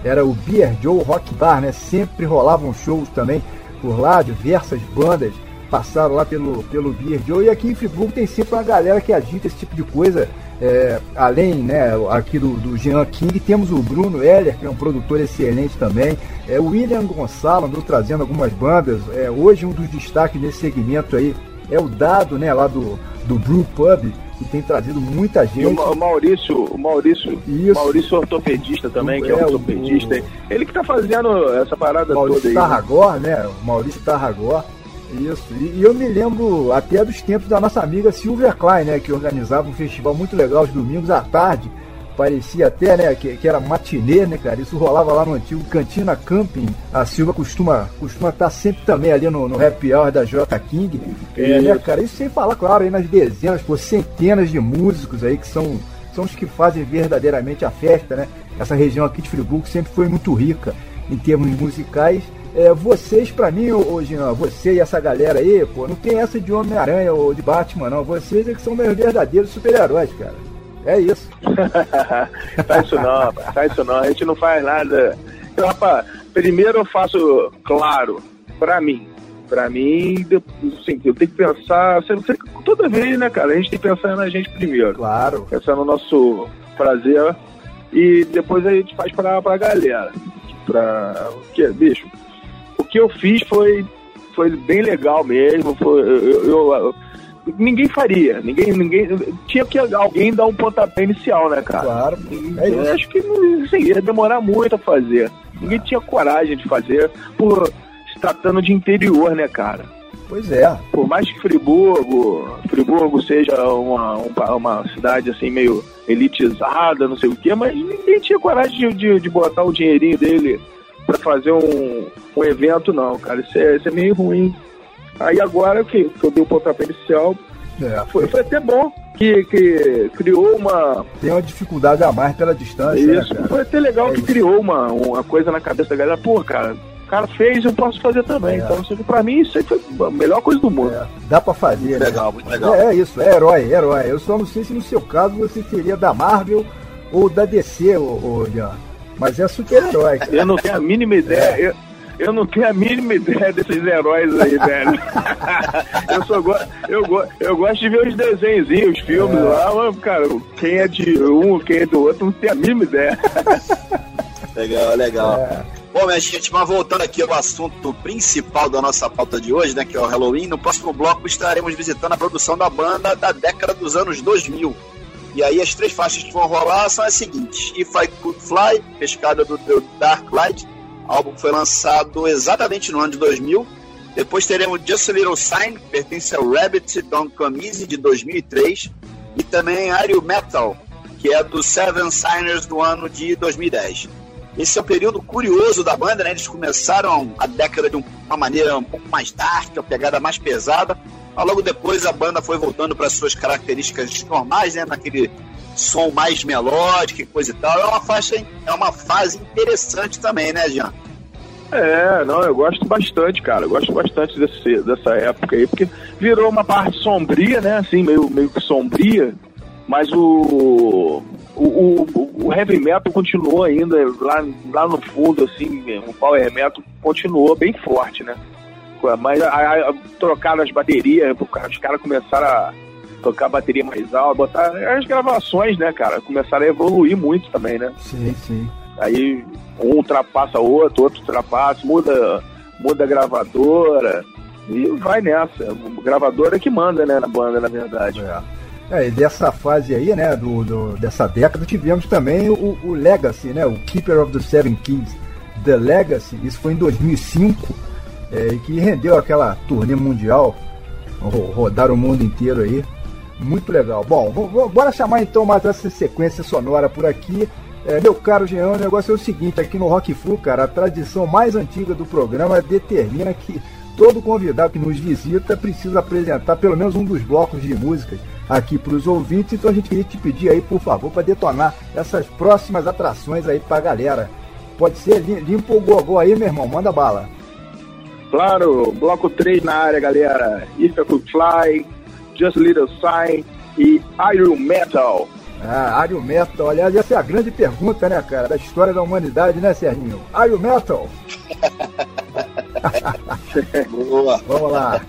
era o Beer Joe Rock Bar, né? Sempre rolavam shows também por lá, diversas bandas passaram lá pelo Beer Joe, e aqui em Friburgo tem sempre uma galera que agita esse tipo de coisa. Além, né, aqui do Jean King, temos o Bruno Heller, que é um produtor excelente também, o William Gonçalo andou trazendo algumas bandas, hoje um dos destaques nesse segmento aí é o Dado, né, lá do Brew Pub, que tem trazido muita gente. E o Maurício ortopedista também, que é ortopedista, ele que tá fazendo essa parada Maurício toda aí. Tarragor, né, o Maurício Tarragor. Isso, e eu me lembro até dos tempos da nossa amiga Silvia Klein, né, que organizava um festival muito legal aos domingos à tarde, parecia até, né, que era matinê, né, cara, isso rolava lá no antigo Cantina Camping. A Silvia costuma estar sempre também ali no happy hour da J King, né, cara, isso sem falar, claro, aí nas dezenas, centenas de músicos aí que são os que fazem verdadeiramente a festa, né. Essa região aqui de Friburgo sempre foi muito rica em termos musicais. Vocês, pra mim, Jean, você e essa galera aí, pô, não tem essa de Homem-Aranha ou de Batman, não. Vocês é que são meus verdadeiros super-heróis, cara. É isso. Tá isso não. A gente não faz nada. Então, rapaz, primeiro eu faço claro, pra mim, assim, eu tenho que pensar, toda vez, né, cara, a gente tem que pensar na gente primeiro. Claro. Pensar no nosso prazer e depois a gente faz pra galera. Porque, bicho, o que eu fiz foi bem legal mesmo. Ninguém faria. Ninguém tinha que alguém dar um pontapé inicial, né, cara? Claro. Eu acho que assim, ia demorar muito a fazer. Ninguém tinha coragem de fazer por se tratando de interior, né, cara? Pois é. Por mais que Friburgo seja uma cidade assim meio elitizada, não sei o quê, mas ninguém tinha coragem de botar o dinheirinho dele pra fazer um evento, não, cara. Isso é meio ruim. Aí agora que eu dei o pontapé inicial, foi até bom que criou uma... Tem uma dificuldade a mais pela distância, isso, né, cara? foi até legal que criou uma coisa na cabeça da galera. Pô, cara, o cara fez, eu posso fazer também. Então, pra mim, isso aí foi a melhor coisa do mundo. Dá pra fazer, muito né? Legal, muito legal. É isso, é herói. Eu só não sei se no seu caso você seria da Marvel ou da DC, Jean. Mas é super-herói. Eu não tenho a mínima ideia. Eu não tenho a mínima ideia desses heróis aí, velho. Eu gosto de ver os desenhos, os filmes lá, mas, cara, quem é de um, quem é do outro, não tenho a mínima ideia. Legal. Bom, minha gente, mas voltando aqui ao assunto principal da nossa pauta de hoje, né, que é o Halloween, no próximo bloco estaremos visitando a produção da banda da década dos anos 2000. E aí as 3 faixas que vão rolar são as seguintes: If I Could Fly, pescada do The Dark Light, álbum que foi lançado exatamente no ano de 2000. Depois teremos Just a Little Sign, que pertence ao Rabbit Don't Come Easy, de 2003. E também Are You Metal, que é do Seven Signers, do ano de 2010. Esse é um período curioso da banda, né? Eles começaram a década de uma maneira um pouco mais dark, uma pegada mais pesada, mas logo depois a banda foi voltando para suas características normais, né? Naquele som mais melódico e coisa e tal. É uma fase interessante também, né, Jean? Eu gosto bastante, cara. Eu gosto bastante dessa época aí, porque virou uma parte sombria, né? Assim, meio que sombria, mas o heavy metal continuou ainda lá no fundo, assim, o power metal continuou bem forte, né? Mas trocaram as baterias, os caras começaram a tocar a bateria mais alta, botar as gravações, né, cara? Começaram a evoluir muito também, né? Sim. Aí um ultrapassa outro ultrapassa, muda a gravadora e vai nessa. A gravadora é que manda, né, na banda, na verdade. E dessa fase aí, né, dessa década, tivemos também o Legacy, né, o Keeper of the Seven Keys, The Legacy. Isso foi em 2005, que rendeu aquela turnê mundial, rodaram o mundo inteiro aí, muito legal. Bom, bora chamar então mais essa sequência sonora por aqui. Meu caro Jean, o negócio é o seguinte: aqui no Rock Flu, cara, a tradição mais antiga do programa determina que todo convidado que nos visita precisa apresentar pelo menos um dos blocos de músicas aqui para os ouvintes. Então a gente queria te pedir aí, por favor, para detonar essas próximas atrações aí pra galera. Pode ser? Limpa o gogó aí, meu irmão, manda bala. Claro, bloco 3 na área, galera. If I Could Fly, Just a Little Sign e Are You Metal. Are you metal? Aliás, essa é a grande pergunta, né, cara, da história da humanidade, né, Serginho? Are you metal? Boa. Vamos lá.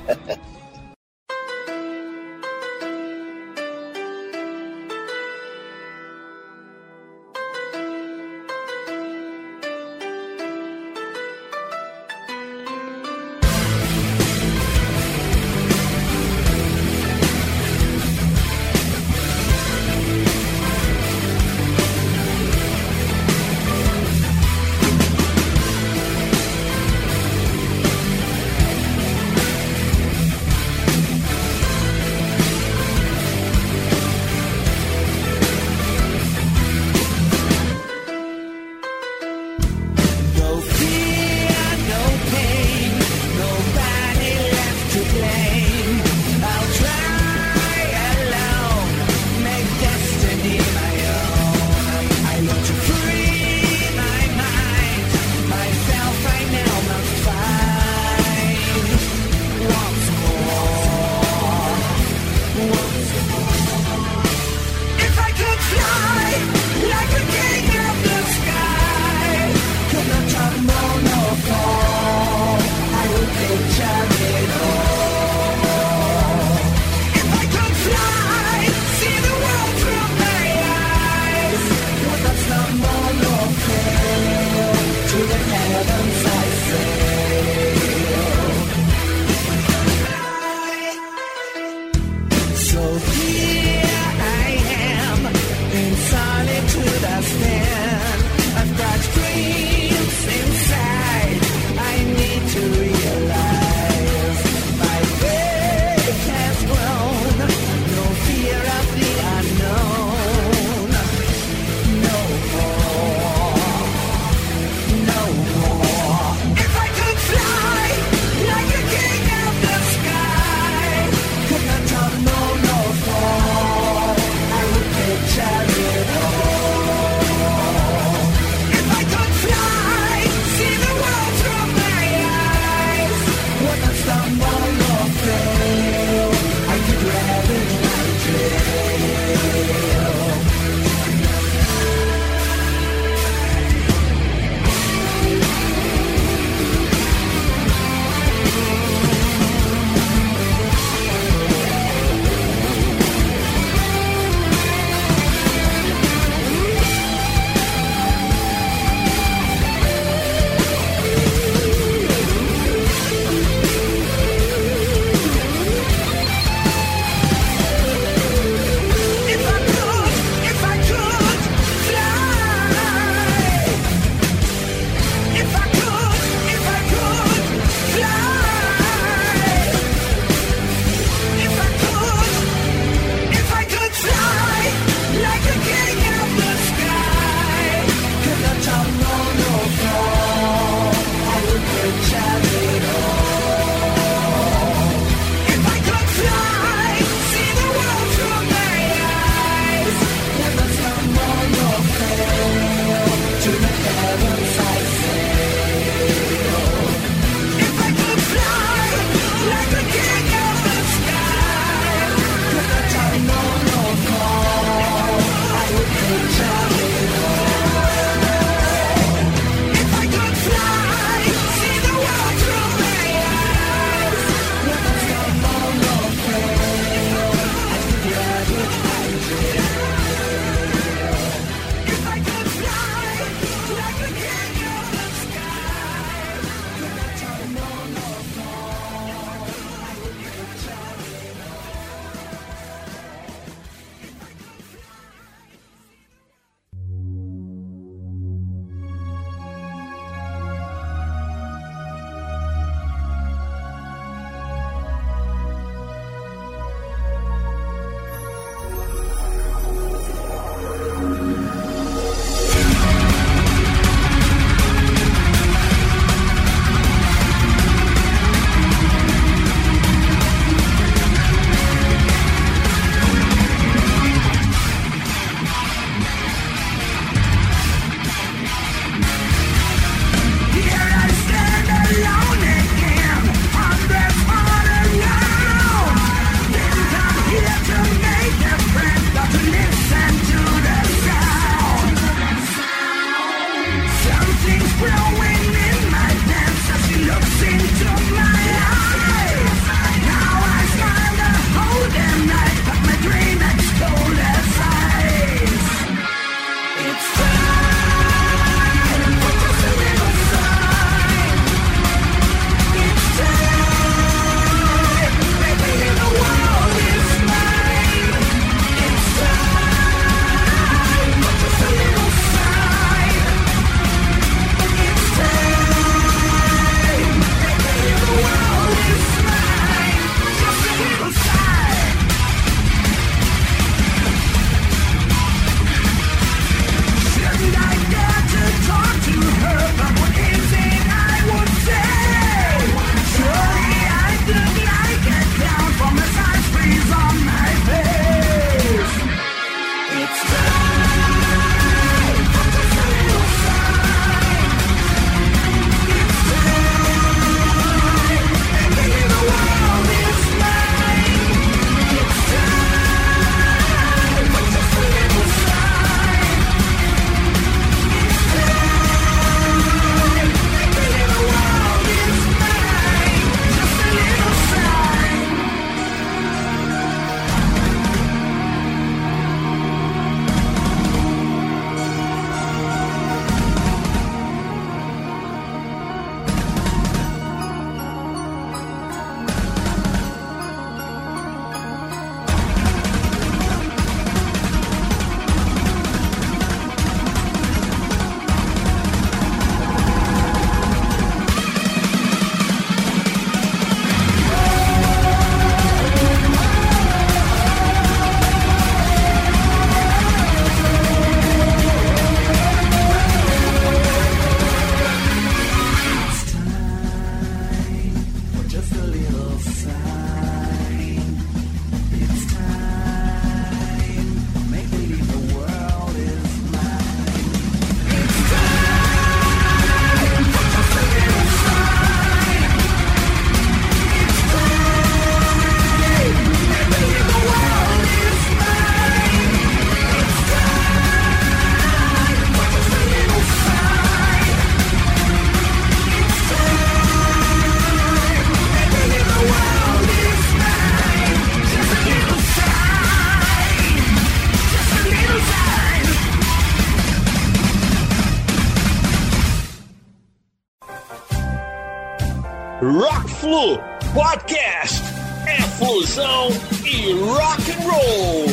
Rock Flu Podcast. É fusão e rock and roll.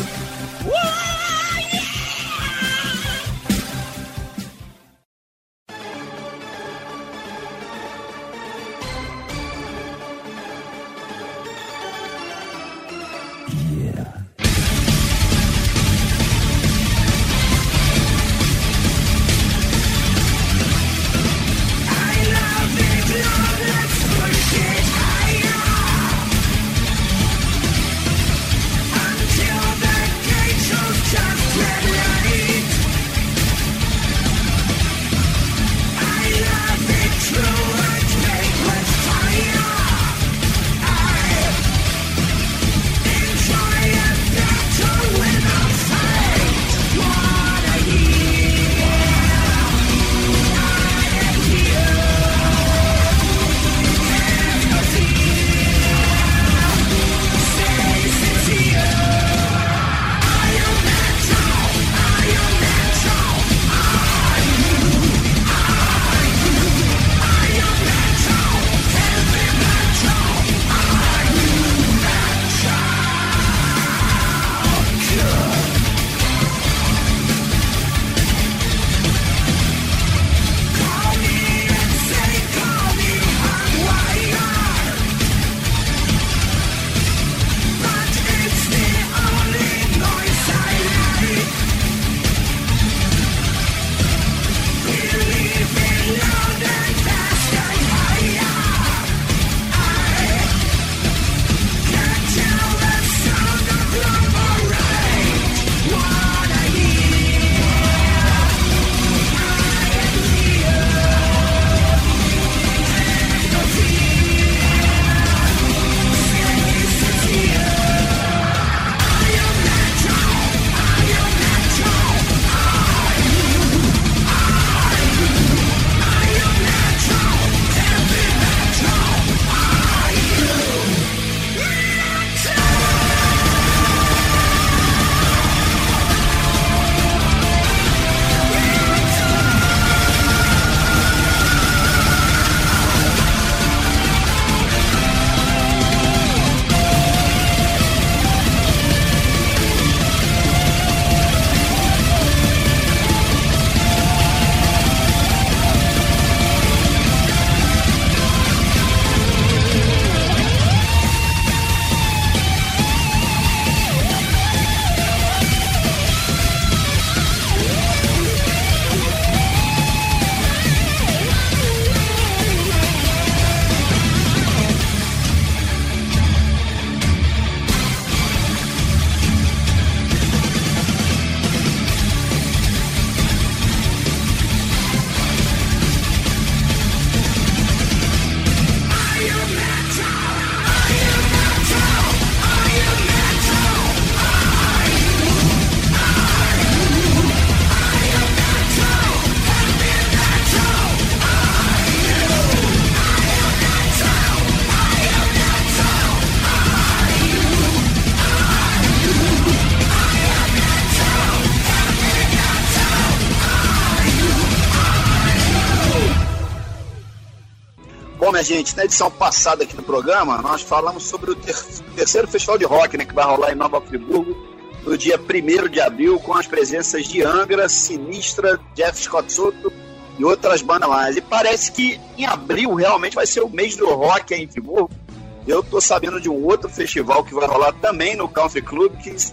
Bom, minha gente, na edição passada aqui do programa, nós falamos sobre o terceiro festival de rock, né, que vai rolar em Nova Friburgo no dia 1º de abril, com as presenças de Angra, Sinistra, Jeff Scott Soto e outras bandas mais. E parece que em abril realmente vai ser o mês do rock aí em Friburgo. Eu tô sabendo de um outro festival que vai rolar também no Country Club,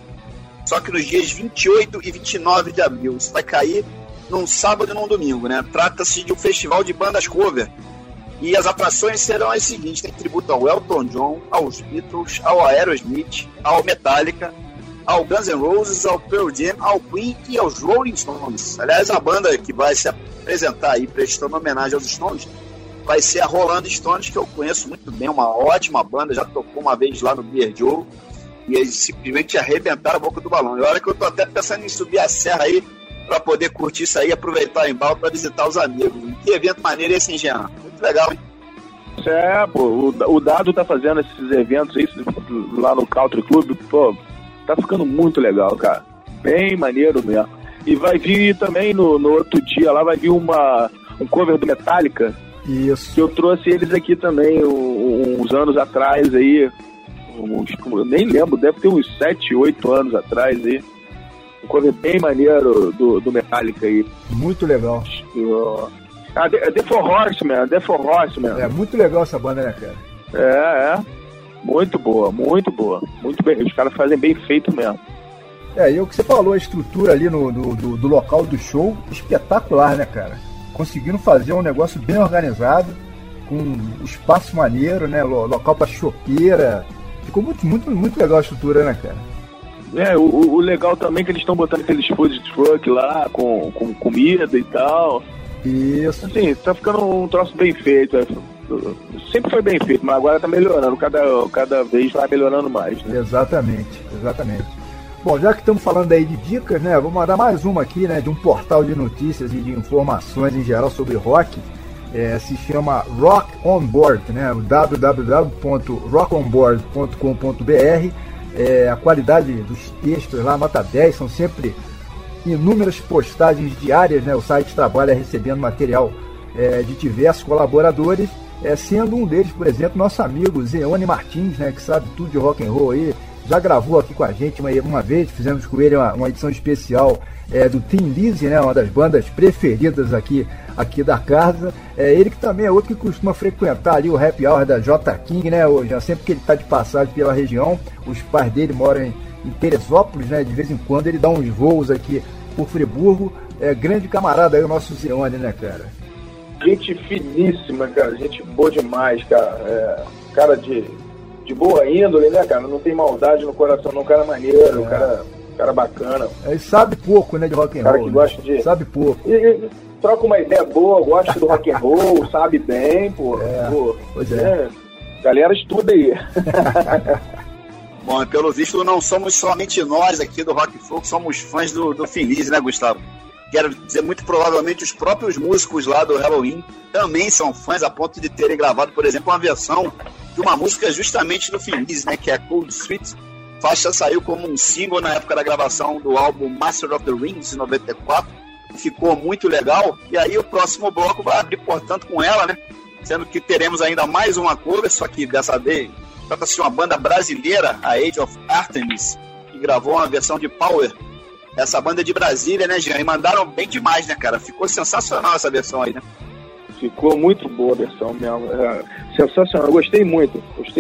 só que nos dias 28 e 29 de abril. Isso vai cair num sábado e num domingo, né? Trata-se de um festival de bandas cover. E as atrações serão as seguintes: tem tributo ao Elton John, aos Beatles, ao Aerosmith, ao Metallica, ao Guns N' Roses, ao Pearl Jam, ao Queen e aos Rolling Stones. Aliás, a banda que vai se apresentar aí prestando homenagem aos Stones vai ser a Rolling Stones, que eu conheço muito bem, uma ótima banda, já tocou uma vez lá no Beer Joe e eles simplesmente arrebentaram a boca do balão. E olha que eu tô até pensando em subir a serra aí para poder curtir isso aí, aproveitar o embalo para visitar os amigos. Que evento maneiro esse, hein, Jean? Muito legal, hein? Pô, o Dado tá fazendo esses eventos aí lá no Country Club, pô, tá ficando muito legal, cara. Bem maneiro mesmo. E vai vir também no outro dia lá, vai vir um cover do Metallica, Isso. Que eu trouxe eles aqui também uns anos atrás aí, eu nem lembro, deve ter uns 7, 8 anos atrás aí. Um cover bem maneiro do Metallica aí. Muito legal. The Four Horsemen. É muito legal essa banda, né, cara? É. Muito boa. Muito bem. Os caras fazem bem feito mesmo. E o que você falou, a estrutura ali do local do show, espetacular, né, cara? Conseguiram fazer um negócio bem organizado, com um espaço maneiro, né? Local pra chopeira. Ficou muito legal a estrutura, né, cara? O legal também é que eles estão botando aqueles food truck lá, com comida e tal. Isso. Assim, tá ficando um troço bem feito. Sempre foi bem feito, mas agora tá melhorando. Cada vez vai melhorando mais, né? Exatamente. Bom, já que estamos falando aí de dicas, né? Vou mandar mais uma aqui, né? De um portal de notícias e de informações em geral sobre rock. Se chama Rock On Board, né? www.rockonboard.com.br. A qualidade dos textos lá, nota 10, são sempre inúmeras postagens diárias, né? O site trabalha recebendo material de diversos colaboradores, sendo um deles, por exemplo, nosso amigo Zeone Martins, né? Que sabe tudo de rock and roll aí, já gravou aqui com a gente uma vez, fizemos com ele uma edição especial do Thin Lizzy, né? Uma das bandas preferidas aqui da casa. Ele que também é outro que costuma frequentar ali o happy hour da J. King, né? Hoje, sempre que ele está de passagem pela região, os pais dele moram em Teresópolis, né? De vez em quando ele dá uns voos aqui por Friburgo. Grande camarada aí, o nosso Zeone, né, cara? Gente finíssima, cara. Gente boa demais, cara. Cara de boa índole, né, cara? Não tem maldade no coração, não. Cara maneiro, cara bacana. Ele sabe pouco, né, de rock and roll. Cara que gosta de... Sabe pouco. E troca uma ideia boa, gosta do rock and roll, sabe bem, pô. Pois é. Galera, estuda aí. Bom, pelo visto, não somos somente nós aqui do Rock Folk, somos fãs do Thin Lizzy, né, Gustavo? Quero dizer, muito provavelmente os próprios músicos lá do Halloween também são fãs, a ponto de terem gravado, por exemplo, uma versão de uma música justamente do Thin Lizzy, né, que é Cold Sweet. A faixa saiu como um single na época da gravação do álbum Master of the Rings, em 94. Ficou muito legal. E aí o próximo bloco vai abrir, portanto, com ela, né? Sendo que teremos ainda mais uma cover, só que dessa vez trata-se de uma banda brasileira, a Age of Artemis, que gravou uma versão de Power. Essa banda é de Brasília, né, Jean? E mandaram bem demais, né, cara? Ficou sensacional essa versão aí, né? Ficou muito boa a versão mesmo. Sensacional. Eu gostei muito.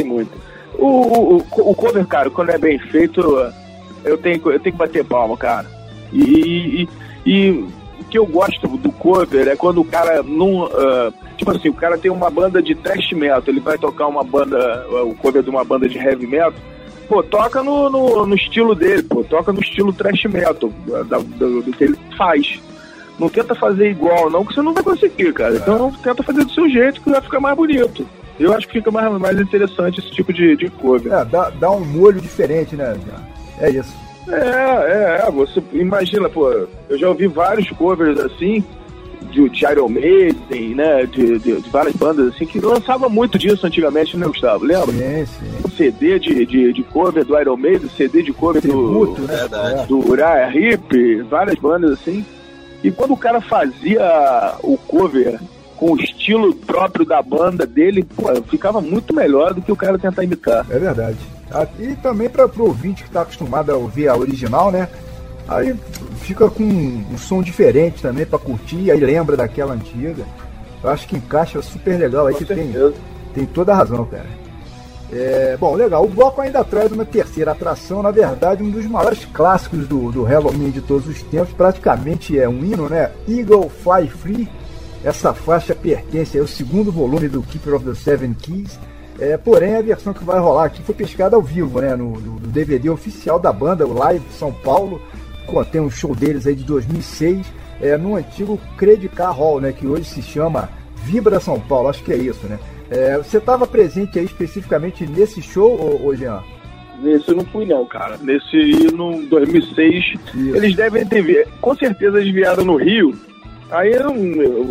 O cover, cara, quando é bem feito, eu tenho que bater palma, cara. E o que eu gosto do cover é quando o cara não... tipo assim, o cara tem uma banda de thrash metal, ele vai tocar o cover de uma banda de heavy metal, pô, toca no estilo dele, pô, toca no estilo thrash metal, do que ele faz. Não tenta fazer igual, não, que você não vai conseguir, cara. Então tenta fazer do seu jeito, que vai ficar mais bonito. Eu acho que fica mais interessante esse tipo de cover. Dá um molho diferente, né, Jean? É isso. Você imagina, pô, eu já ouvi vários covers assim, de Iron Maiden, né, de várias bandas assim, que lançava muito disso antigamente, né, Gustavo? Lembra? Sim. CD de cover do Iron Maiden, CD de cover tributo, do Uriah Heep, várias bandas assim. E quando o cara fazia o cover com o estilo próprio da banda dele, pô, ficava muito melhor do que o cara tentar imitar. É verdade. E também para o ouvinte que está acostumado a ouvir a original, né? Aí fica com um som diferente também para curtir, aí lembra daquela antiga. Eu acho que encaixa super legal aí, que tem toda a razão, cara. Bom, legal. O bloco ainda traz uma terceira atração, na verdade, um dos maiores clássicos do Halloween de todos os tempos, praticamente é um hino, né? Eagle Fly Free. Essa faixa pertence ao segundo volume do Keeper of the Seven Keys. Porém, a versão que vai rolar aqui foi pescada ao vivo, né? No DVD oficial da banda, o Live São Paulo. Contém um show deles aí de 2006, no antigo Credicar Hall, né? Que hoje se chama Vibra São Paulo, acho que é isso, né? Você estava presente aí especificamente nesse show, ô Jean? Nesse eu não fui não, cara. Nesse no 2006, isso. Eles devem ter vindo. Com certeza eles vieram no Rio. Aí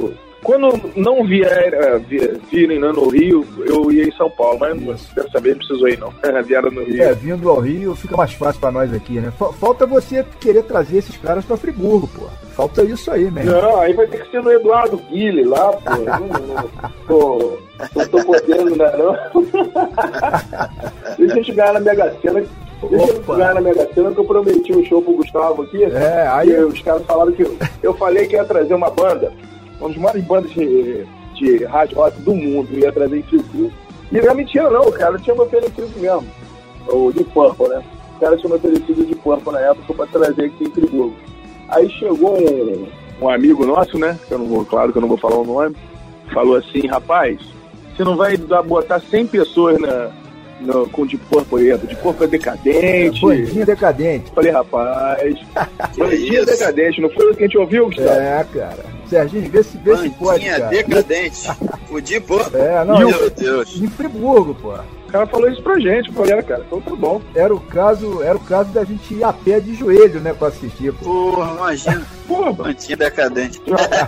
Quando não virem no Rio, eu ia em São Paulo, mas dessa vez não precisou ir não. Vieram no Rio. Vindo ao Rio fica mais fácil pra nós aqui, né? Falta você querer trazer esses caras pra Friburgo, pô. Falta isso aí, mesmo. Não, aí vai ter que ser no Eduardo Guille lá, pô. Não tô podendo, não. Deixa eu chegar na Mega Sena. Deixa eu chegar na Mega Sena que eu prometi um show pro Gustavo aqui. Aí os caras falaram que eu falei que ia trazer uma banda, uma das maiores bandas de rádio rock do mundo, ia trazer em Friburgo. E não é mentira não, o cara tinha me oferecido mesmo. O de Purple, né? O cara tinha me oferecido de Purple na época pra trazer aqui em Friburgo. Aí chegou um amigo nosso, né? Claro que eu não vou falar o nome. Falou assim, rapaz, você não vai botar 100 pessoas com de Purple é decadente. Bandinha decadente. Falei, rapaz, bandinha decadente, não foi o que a gente ouviu, Gustavo? Cara. Serginho, vê se pode, cara. Decadente. O de Purple. Meu Deus. Em Friburgo, pô. O cara falou isso pra gente, falei, cara, então tá bom. Era o caso da gente ir a pé de joelho, né, pra assistir, pô. Porra, imagina. Porra, bandinha decadente.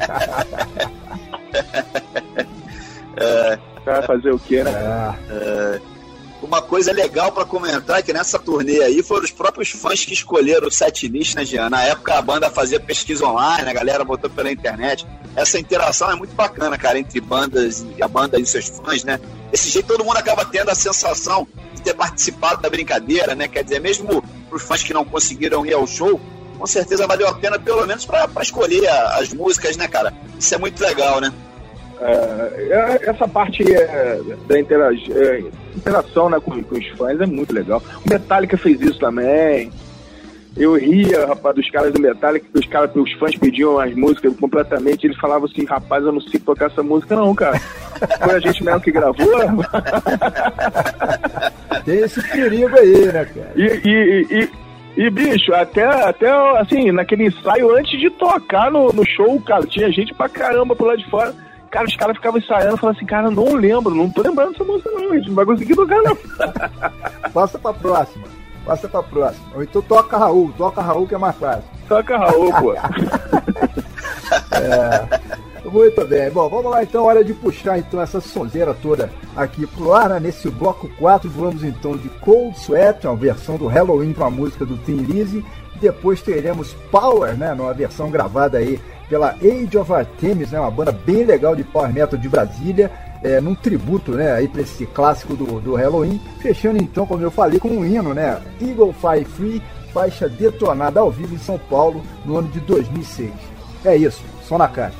Vai fazer o quê, né? Uma coisa legal pra comentar é que nessa turnê aí foram os próprios fãs que escolheram o setlist, né, Jean? Na época a banda fazia pesquisa online, a galera botou pela internet. Essa interação é muito bacana, cara, entre bandas e a banda e seus fãs, né? Desse jeito todo mundo acaba tendo a sensação de ter participado da brincadeira, né? Quer dizer, mesmo pros fãs que não conseguiram ir ao show, com certeza valeu a pena pelo menos pra escolher as músicas, né, cara? Isso é muito legal, né? Essa parte da interação, né, com os fãs é muito legal. O Metallica fez isso também. Eu ria, rapaz, dos caras do Metallica, que os fãs pediam as músicas completamente. Eles falavam assim, rapaz, eu não sei tocar essa música não, cara. Foi a gente mesmo que gravou. Tem esse perigo aí, né, cara? E bicho, até assim, naquele ensaio antes de tocar no show, cara, tinha gente pra caramba por lá de fora. Cara, os caras ficavam ensaiando e falavam assim, cara, não lembro, não tô lembrando dessa música não, a gente não vai conseguir tocar não. Passa pra próxima. Ou então toca Raul que é mais fácil. Toca Raul, pô. Muito bem. Bom, vamos lá então, hora de puxar então essa sonzeira toda aqui pro ar, né? Nesse bloco 4, vamos então de Cold Sweat, uma versão do Halloween com a música do Thin Lizzy. Depois teremos Power, né? Numa versão gravada aí pela Age of Artemis, né? Uma banda bem legal de power metal de Brasília, num tributo, né? Aí pra esse clássico do Halloween. Fechando então, como eu falei, com um hino, né? Eagle Fly Free, faixa detonada ao vivo em São Paulo no ano de 2006. É isso, som na caixa.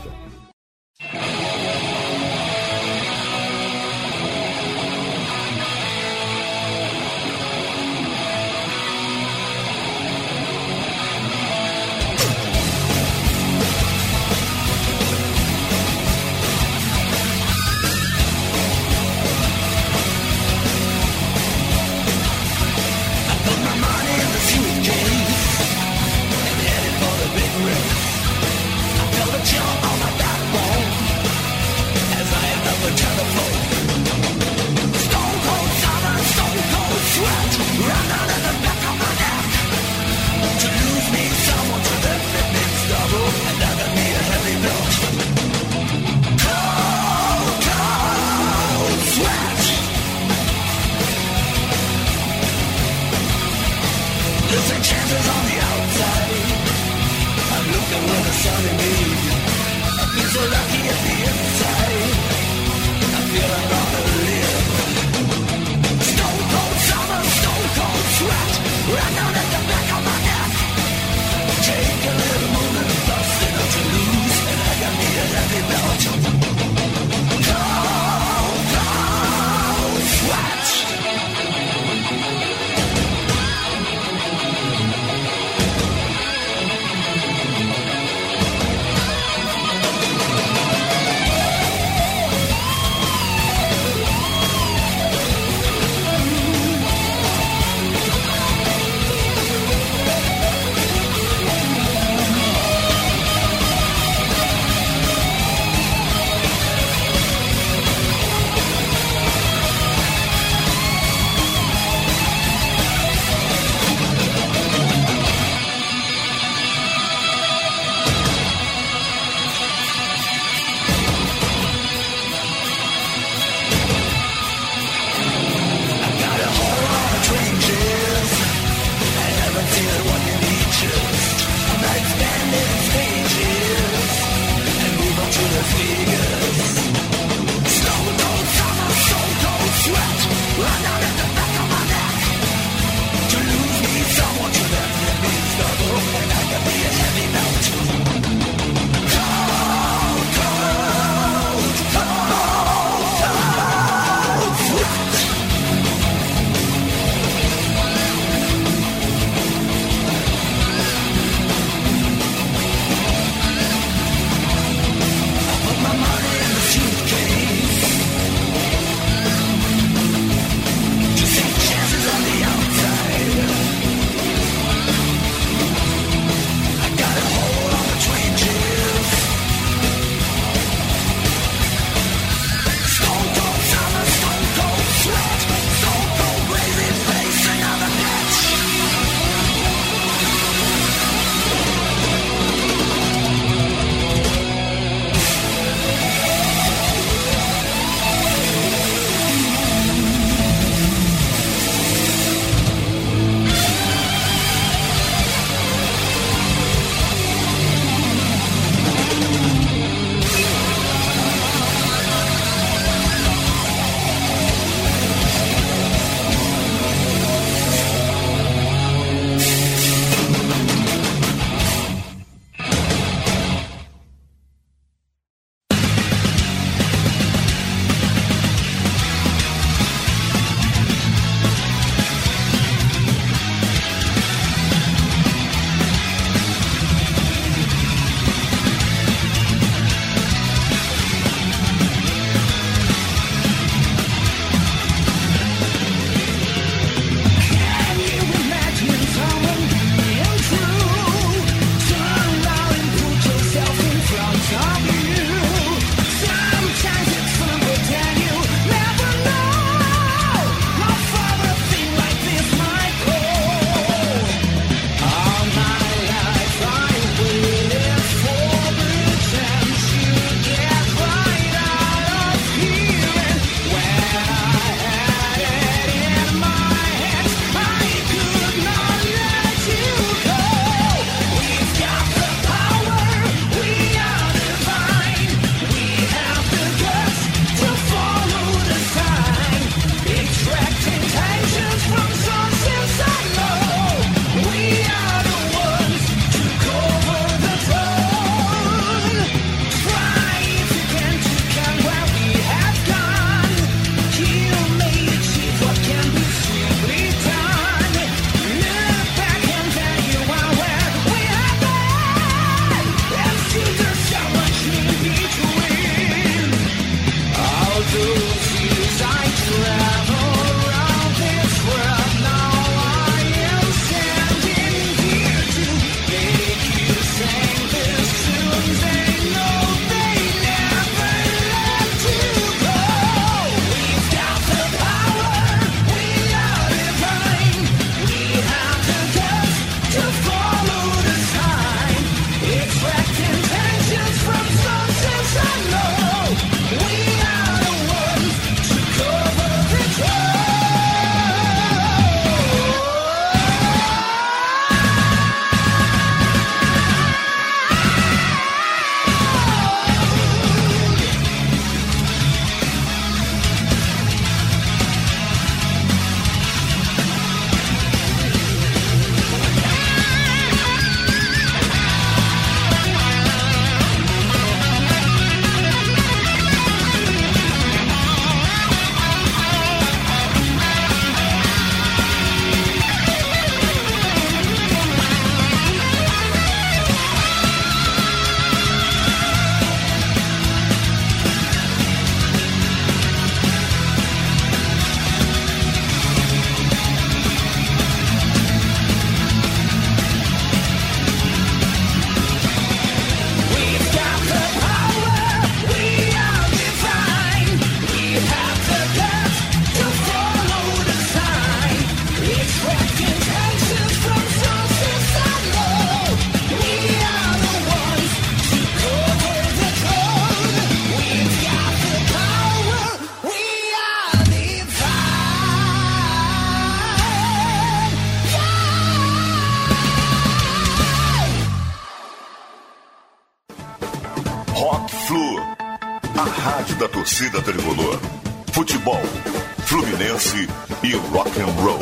da torcida tricolor. Futebol, Fluminense e rock and roll.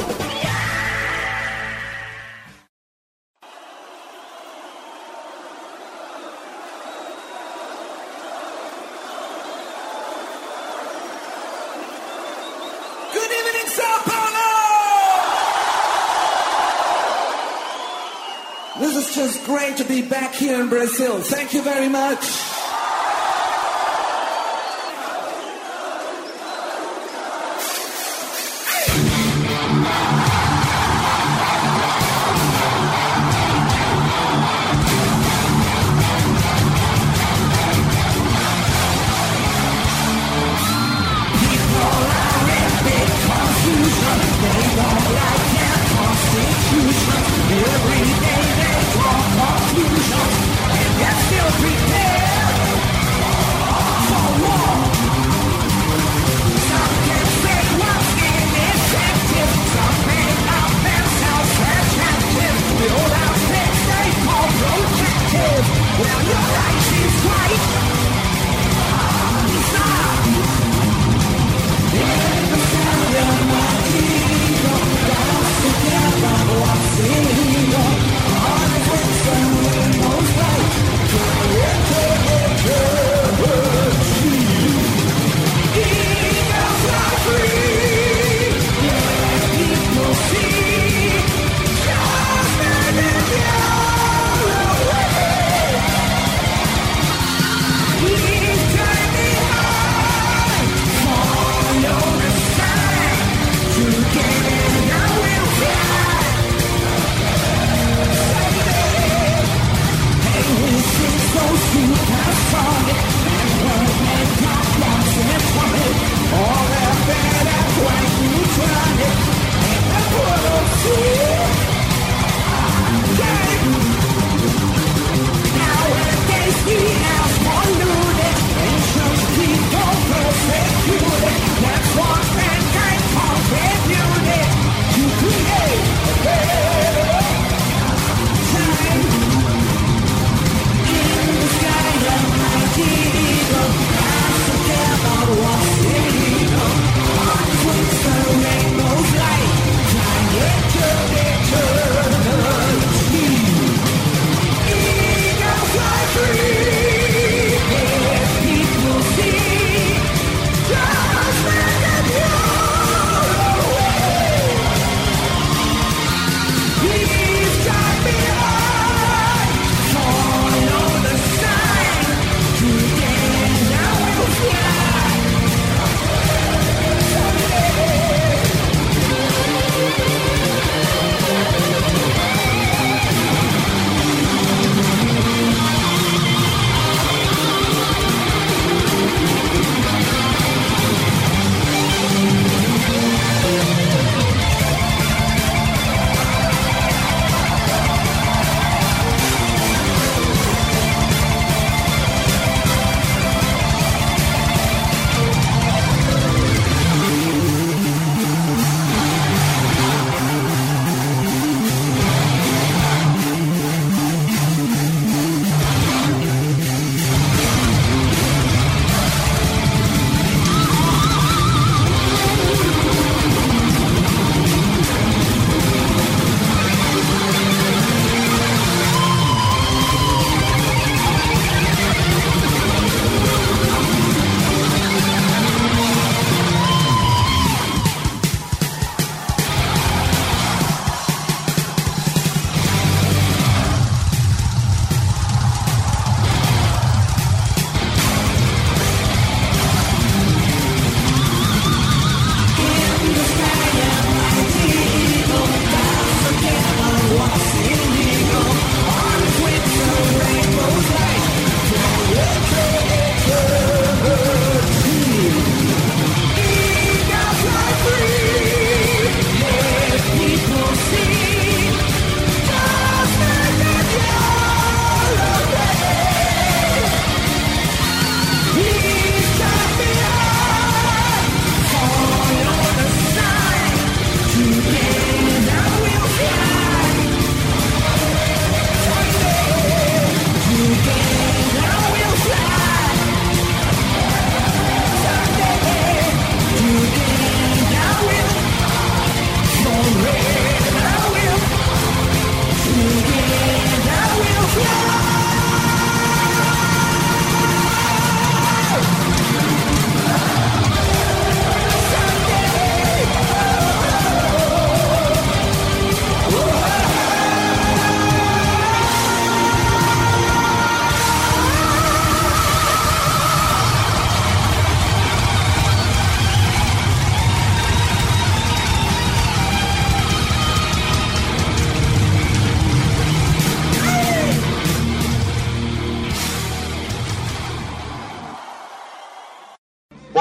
Good evening, Sao Paulo! This is just great to be back here in Brazil. Thank you very much. Every day they draw conclusions, and they're still prepared.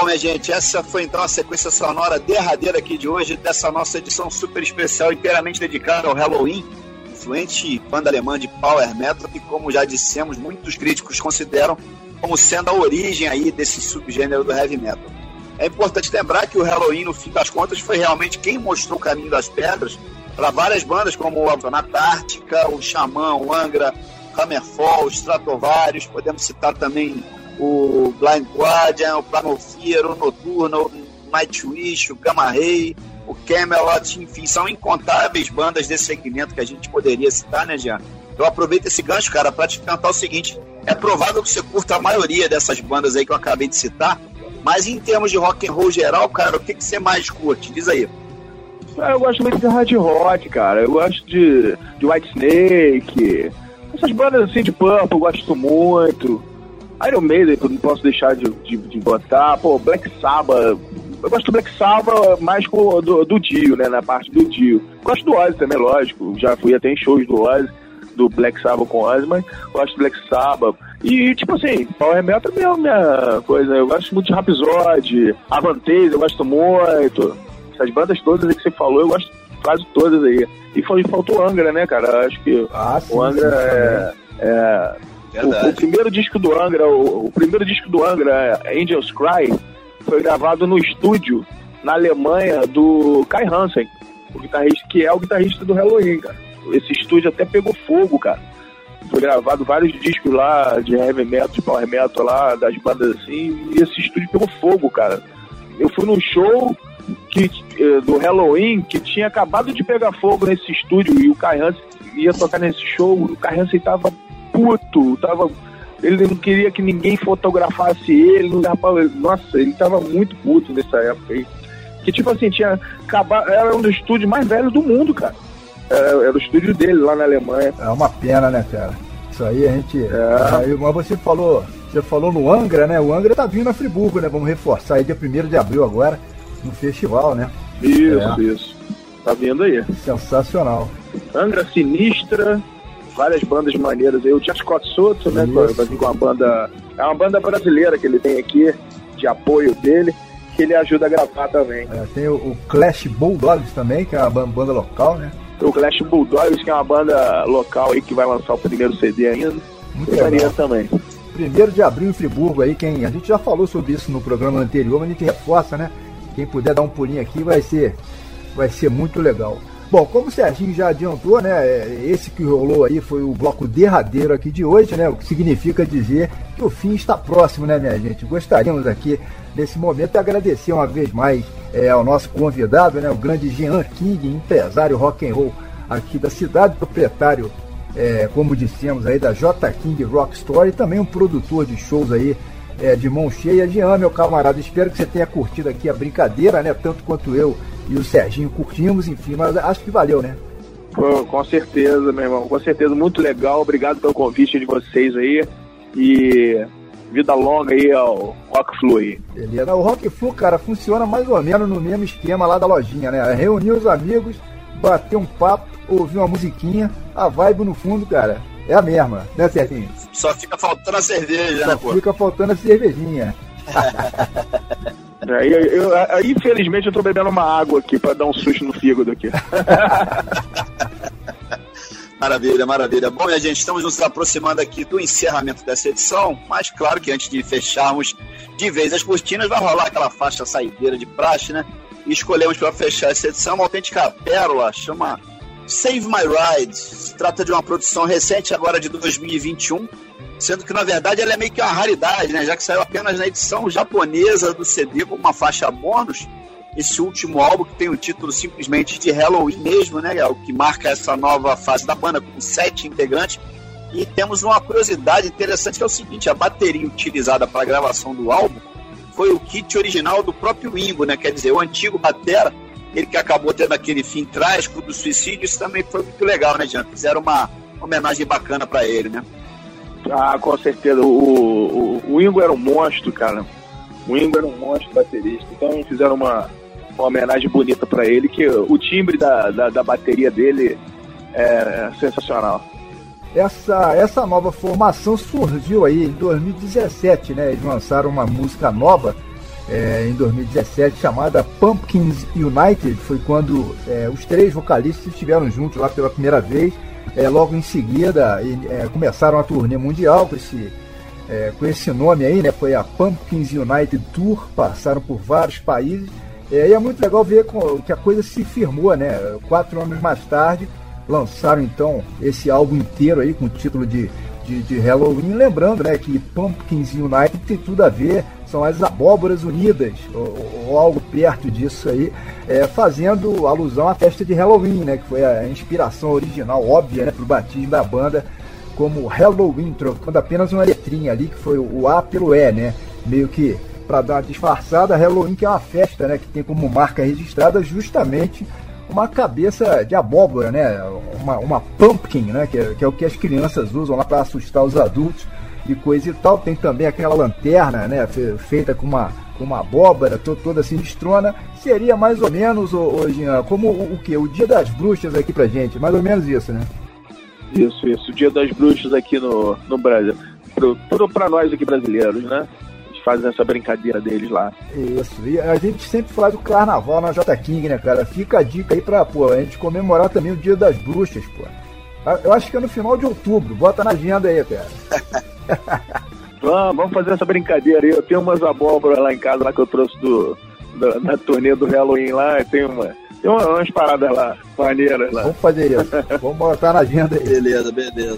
Bom, minha gente, essa foi então a sequência sonora derradeira aqui de hoje, dessa nossa edição super especial, inteiramente dedicada ao Halloween, influente banda alemã de Power Metal, que, como já dissemos, muitos críticos consideram como sendo a origem aí desse subgênero do Heavy Metal. É importante lembrar que o Halloween, no fim das contas, foi realmente quem mostrou o caminho das pedras para várias bandas, como a Antártica, o Xamã, o Angra, Hammerfall, Stratovarius, podemos citar também o Blind Guardian, o Planofear, o Noturno, o Nightwish, o Gamma Ray, o Camelot, enfim, são incontáveis bandas desse segmento que a gente poderia citar, né, Jean? Eu aproveito esse gancho, cara, para te perguntar o seguinte: é provável que você curta a maioria dessas bandas aí que eu acabei de citar, mas em termos de rock and roll geral, cara, o que você mais curte? Diz aí. Eu gosto muito de hard rock, cara. Eu gosto de Whitesnake, essas bandas assim de Purple, eu gosto muito. Iron Maiden, não posso deixar de botar. Pô, Black Sabbath. Eu gosto do Black Sabbath mais do Dio, né? Na parte do Dio. Gosto do Ozzy também, lógico. Já fui até em shows do Ozzy, do Black Sabbath com Ozzy, mas gosto do Black Sabbath. E, tipo assim, Power Metal é a minha coisa. Eu gosto muito de Rhapsody, Avantasia, eu gosto muito. Essas bandas todas aí que você falou, eu gosto quase todas aí. E faltou o Angra, né, cara? Acho que o Angra o primeiro disco do Angra, o primeiro disco do Angra, Angels Cry, foi gravado no estúdio na Alemanha do Kai Hansen, o guitarrista, que é o guitarrista do Halloween, cara. Esse estúdio até pegou fogo, cara. Foi gravado vários discos lá de heavy metal, de power metal lá, das bandas assim, e esse estúdio pegou fogo, cara. Eu fui num show do Halloween que tinha acabado de pegar fogo nesse estúdio e o Kai Hansen ia tocar nesse show. O Kai Hansen tava puto, ele não queria que ninguém fotografasse ele, nossa, ele tava muito puto nessa época aí. Que tipo assim, tinha acabado, era um dos estúdios mais velhos do mundo, cara. Era o estúdio dele lá na Alemanha. É uma pena, né, cara? Isso aí a gente... Mas você falou no Angra, né? O Angra tá vindo a Friburgo, né? Vamos reforçar aí dia 1º de abril agora, no festival, né? Isso. Tá vindo aí. Sensacional. Angra Sinistra, várias bandas maneiras aí. O Tia Scott Soto, né? Vai vir com uma banda... É uma banda brasileira que ele tem aqui, de apoio dele, que ele ajuda a gravar também. Tem o Clash Bulldogs também, que é uma banda local, né? O Clash Bulldogs, que é uma banda local aí que vai lançar o primeiro CD ainda. Muito legal também. 1º de abril em Friburgo aí, a gente já falou sobre isso no programa anterior, mas a gente reforça, né? Quem puder dar um pulinho aqui vai ser muito legal. Bom, como o Serginho já adiantou, né? Esse que rolou aí foi o bloco derradeiro aqui de hoje, né? O que significa dizer que o fim está próximo, né, minha gente? Gostaríamos aqui, nesse momento, de agradecer uma vez mais ao nosso convidado, né? O grande Jean King, empresário rock and roll aqui da cidade, proprietário, como dissemos aí, da J. King Rock Store, e também um produtor de shows aí de mão cheia. Jean, meu camarada, espero que você tenha curtido aqui a brincadeira, né? Tanto quanto eu e o Serginho curtimos, enfim, mas acho que valeu, né? Com certeza, meu irmão, com certeza, muito legal. Obrigado pelo convite de vocês aí e vida longa aí ao Rock Flu aí. Beleza, o Rock Flu, cara, funciona mais ou menos no mesmo esquema lá da lojinha, né? Reunir os amigos, bater um papo, ouvir uma musiquinha, a vibe no fundo, cara, é a mesma, né, Serginho? Só fica faltando a cerveja, né, pô? Fica faltando a cervejinha. Infelizmente eu tô bebendo uma água aqui pra dar um susto no fígado aqui. Maravilha, maravilha. Bom, minha gente, estamos nos aproximando aqui do encerramento dessa edição, mas claro que antes de fecharmos de vez as cortinas, vai rolar aquela faixa saideira de praxe, né? E escolhemos para fechar essa edição uma autêntica pérola, chama Save My Ride. Se trata de uma produção recente agora de 2021, sendo que na verdade ela é meio que uma raridade, né? Já que saiu apenas na edição japonesa do CD com uma faixa bônus. Esse último álbum que tem o título simplesmente de Halloween mesmo, né? É o que marca essa nova fase da banda com 7 integrantes. E temos uma curiosidade interessante que é o seguinte: a bateria utilizada para a gravação do álbum foi o kit original do próprio Ingo, né? Quer dizer, o antigo batera, ele que acabou tendo aquele fim trágico do suicídio. Isso também foi muito legal, né, Jean? Fizeram uma homenagem bacana para ele, né? Ah, com certeza. O Ingo era um monstro, cara. O Ingo era um monstro baterista. Então fizeram uma homenagem bonita para ele, que o timbre da bateria dele é sensacional. Essa nova formação surgiu aí em 2017, né? Eles lançaram uma música nova em 2017, chamada Pumpkins United. Foi quando os 3 vocalistas estiveram juntos lá pela primeira vez. Logo em seguida começaram a turnê mundial com esse nome aí, né? Foi a Pumpkins United Tour, passaram por vários países. E é muito legal ver que a coisa se firmou, né? 4 anos mais tarde lançaram então esse álbum inteiro aí com o título de Halloween, lembrando, né, que Pumpkins United tem tudo a ver, são as abóboras unidas, ou algo perto disso aí, fazendo alusão à festa de Halloween, né, que foi a inspiração original, óbvia, né, para o batismo da banda, como Halloween, trocando apenas uma letrinha ali, que foi o A pelo E, né, meio que para dar uma disfarçada. Halloween, que é uma festa, né, que tem como marca registrada justamente uma cabeça de abóbora, né? Uma pumpkin, né? Que é o que as crianças usam lá para assustar os adultos e coisa e tal. Tem também aquela lanterna, né? Feita com uma abóbora toda sinistrona. Seria mais ou menos, Jean, como o que? O Dia das Bruxas aqui pra gente, mais ou menos isso, né? Isso, o Dia das Bruxas aqui no Brasil. Pra nós aqui brasileiros, né? Fazem essa brincadeira deles lá. Isso, e a gente sempre faz o carnaval na J King, né, cara? Fica a dica aí pra, a gente comemorar também o Dia das Bruxas, pô. Eu acho que é no final de outubro, bota na agenda aí, cara. Vamos fazer essa brincadeira aí. Eu tenho umas abóboras lá em casa, lá que eu trouxe da turnê do Halloween lá, tem umas paradas lá, maneiras lá. Vamos fazer isso, vamos botar na agenda aí. Beleza.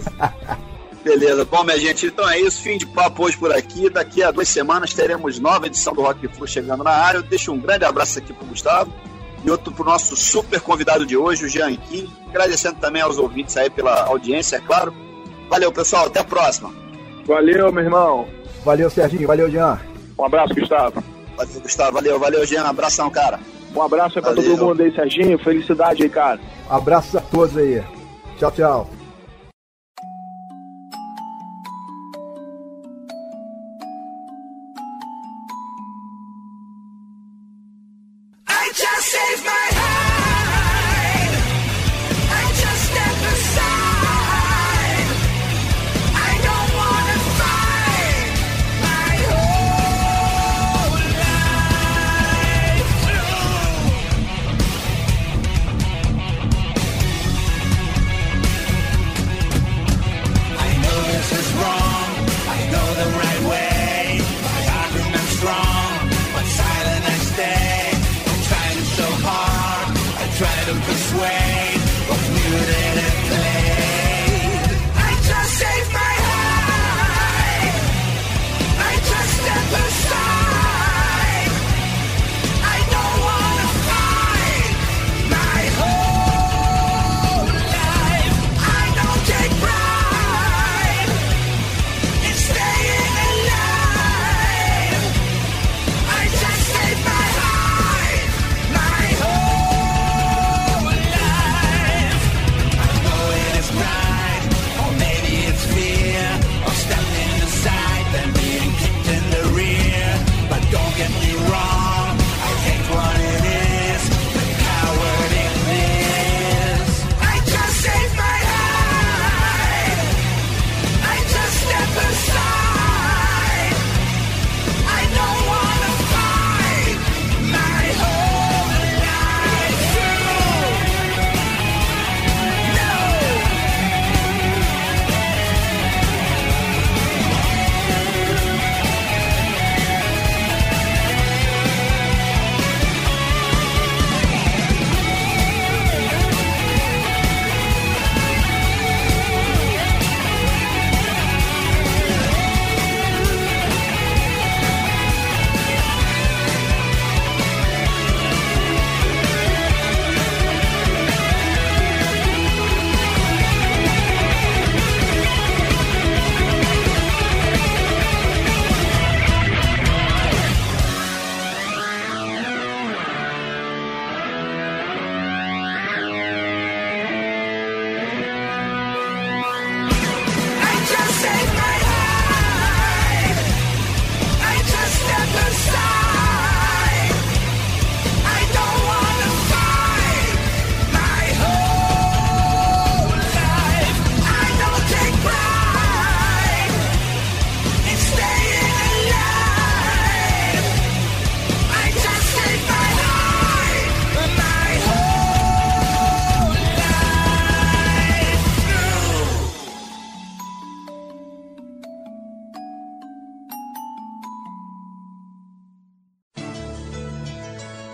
Beleza, bom, minha gente, então é isso, fim de papo hoje por aqui. Daqui a 2 semanas teremos nova edição do Rock Flu chegando na área. Eu deixo um grande abraço aqui pro Gustavo e outro pro nosso super convidado de hoje, o Jean King. Agradecendo também aos ouvintes aí pela audiência, é claro. Valeu, pessoal, até a próxima. Valeu, meu irmão. Valeu, Serginho, valeu, Jean. Um abraço, Gustavo. Valeu, Gustavo, valeu, Jean, abração, cara. Um abraço aí pra todo mundo aí, Serginho, felicidade aí, cara. Abraços a todos aí. Tchau, tchau.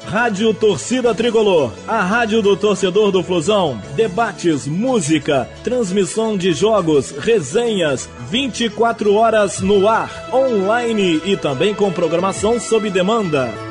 Rádio Torcida Tricolor, a rádio do torcedor do Flusão. Debates, música, transmissão de jogos, resenhas, 24 horas no ar, online e também com programação sob demanda.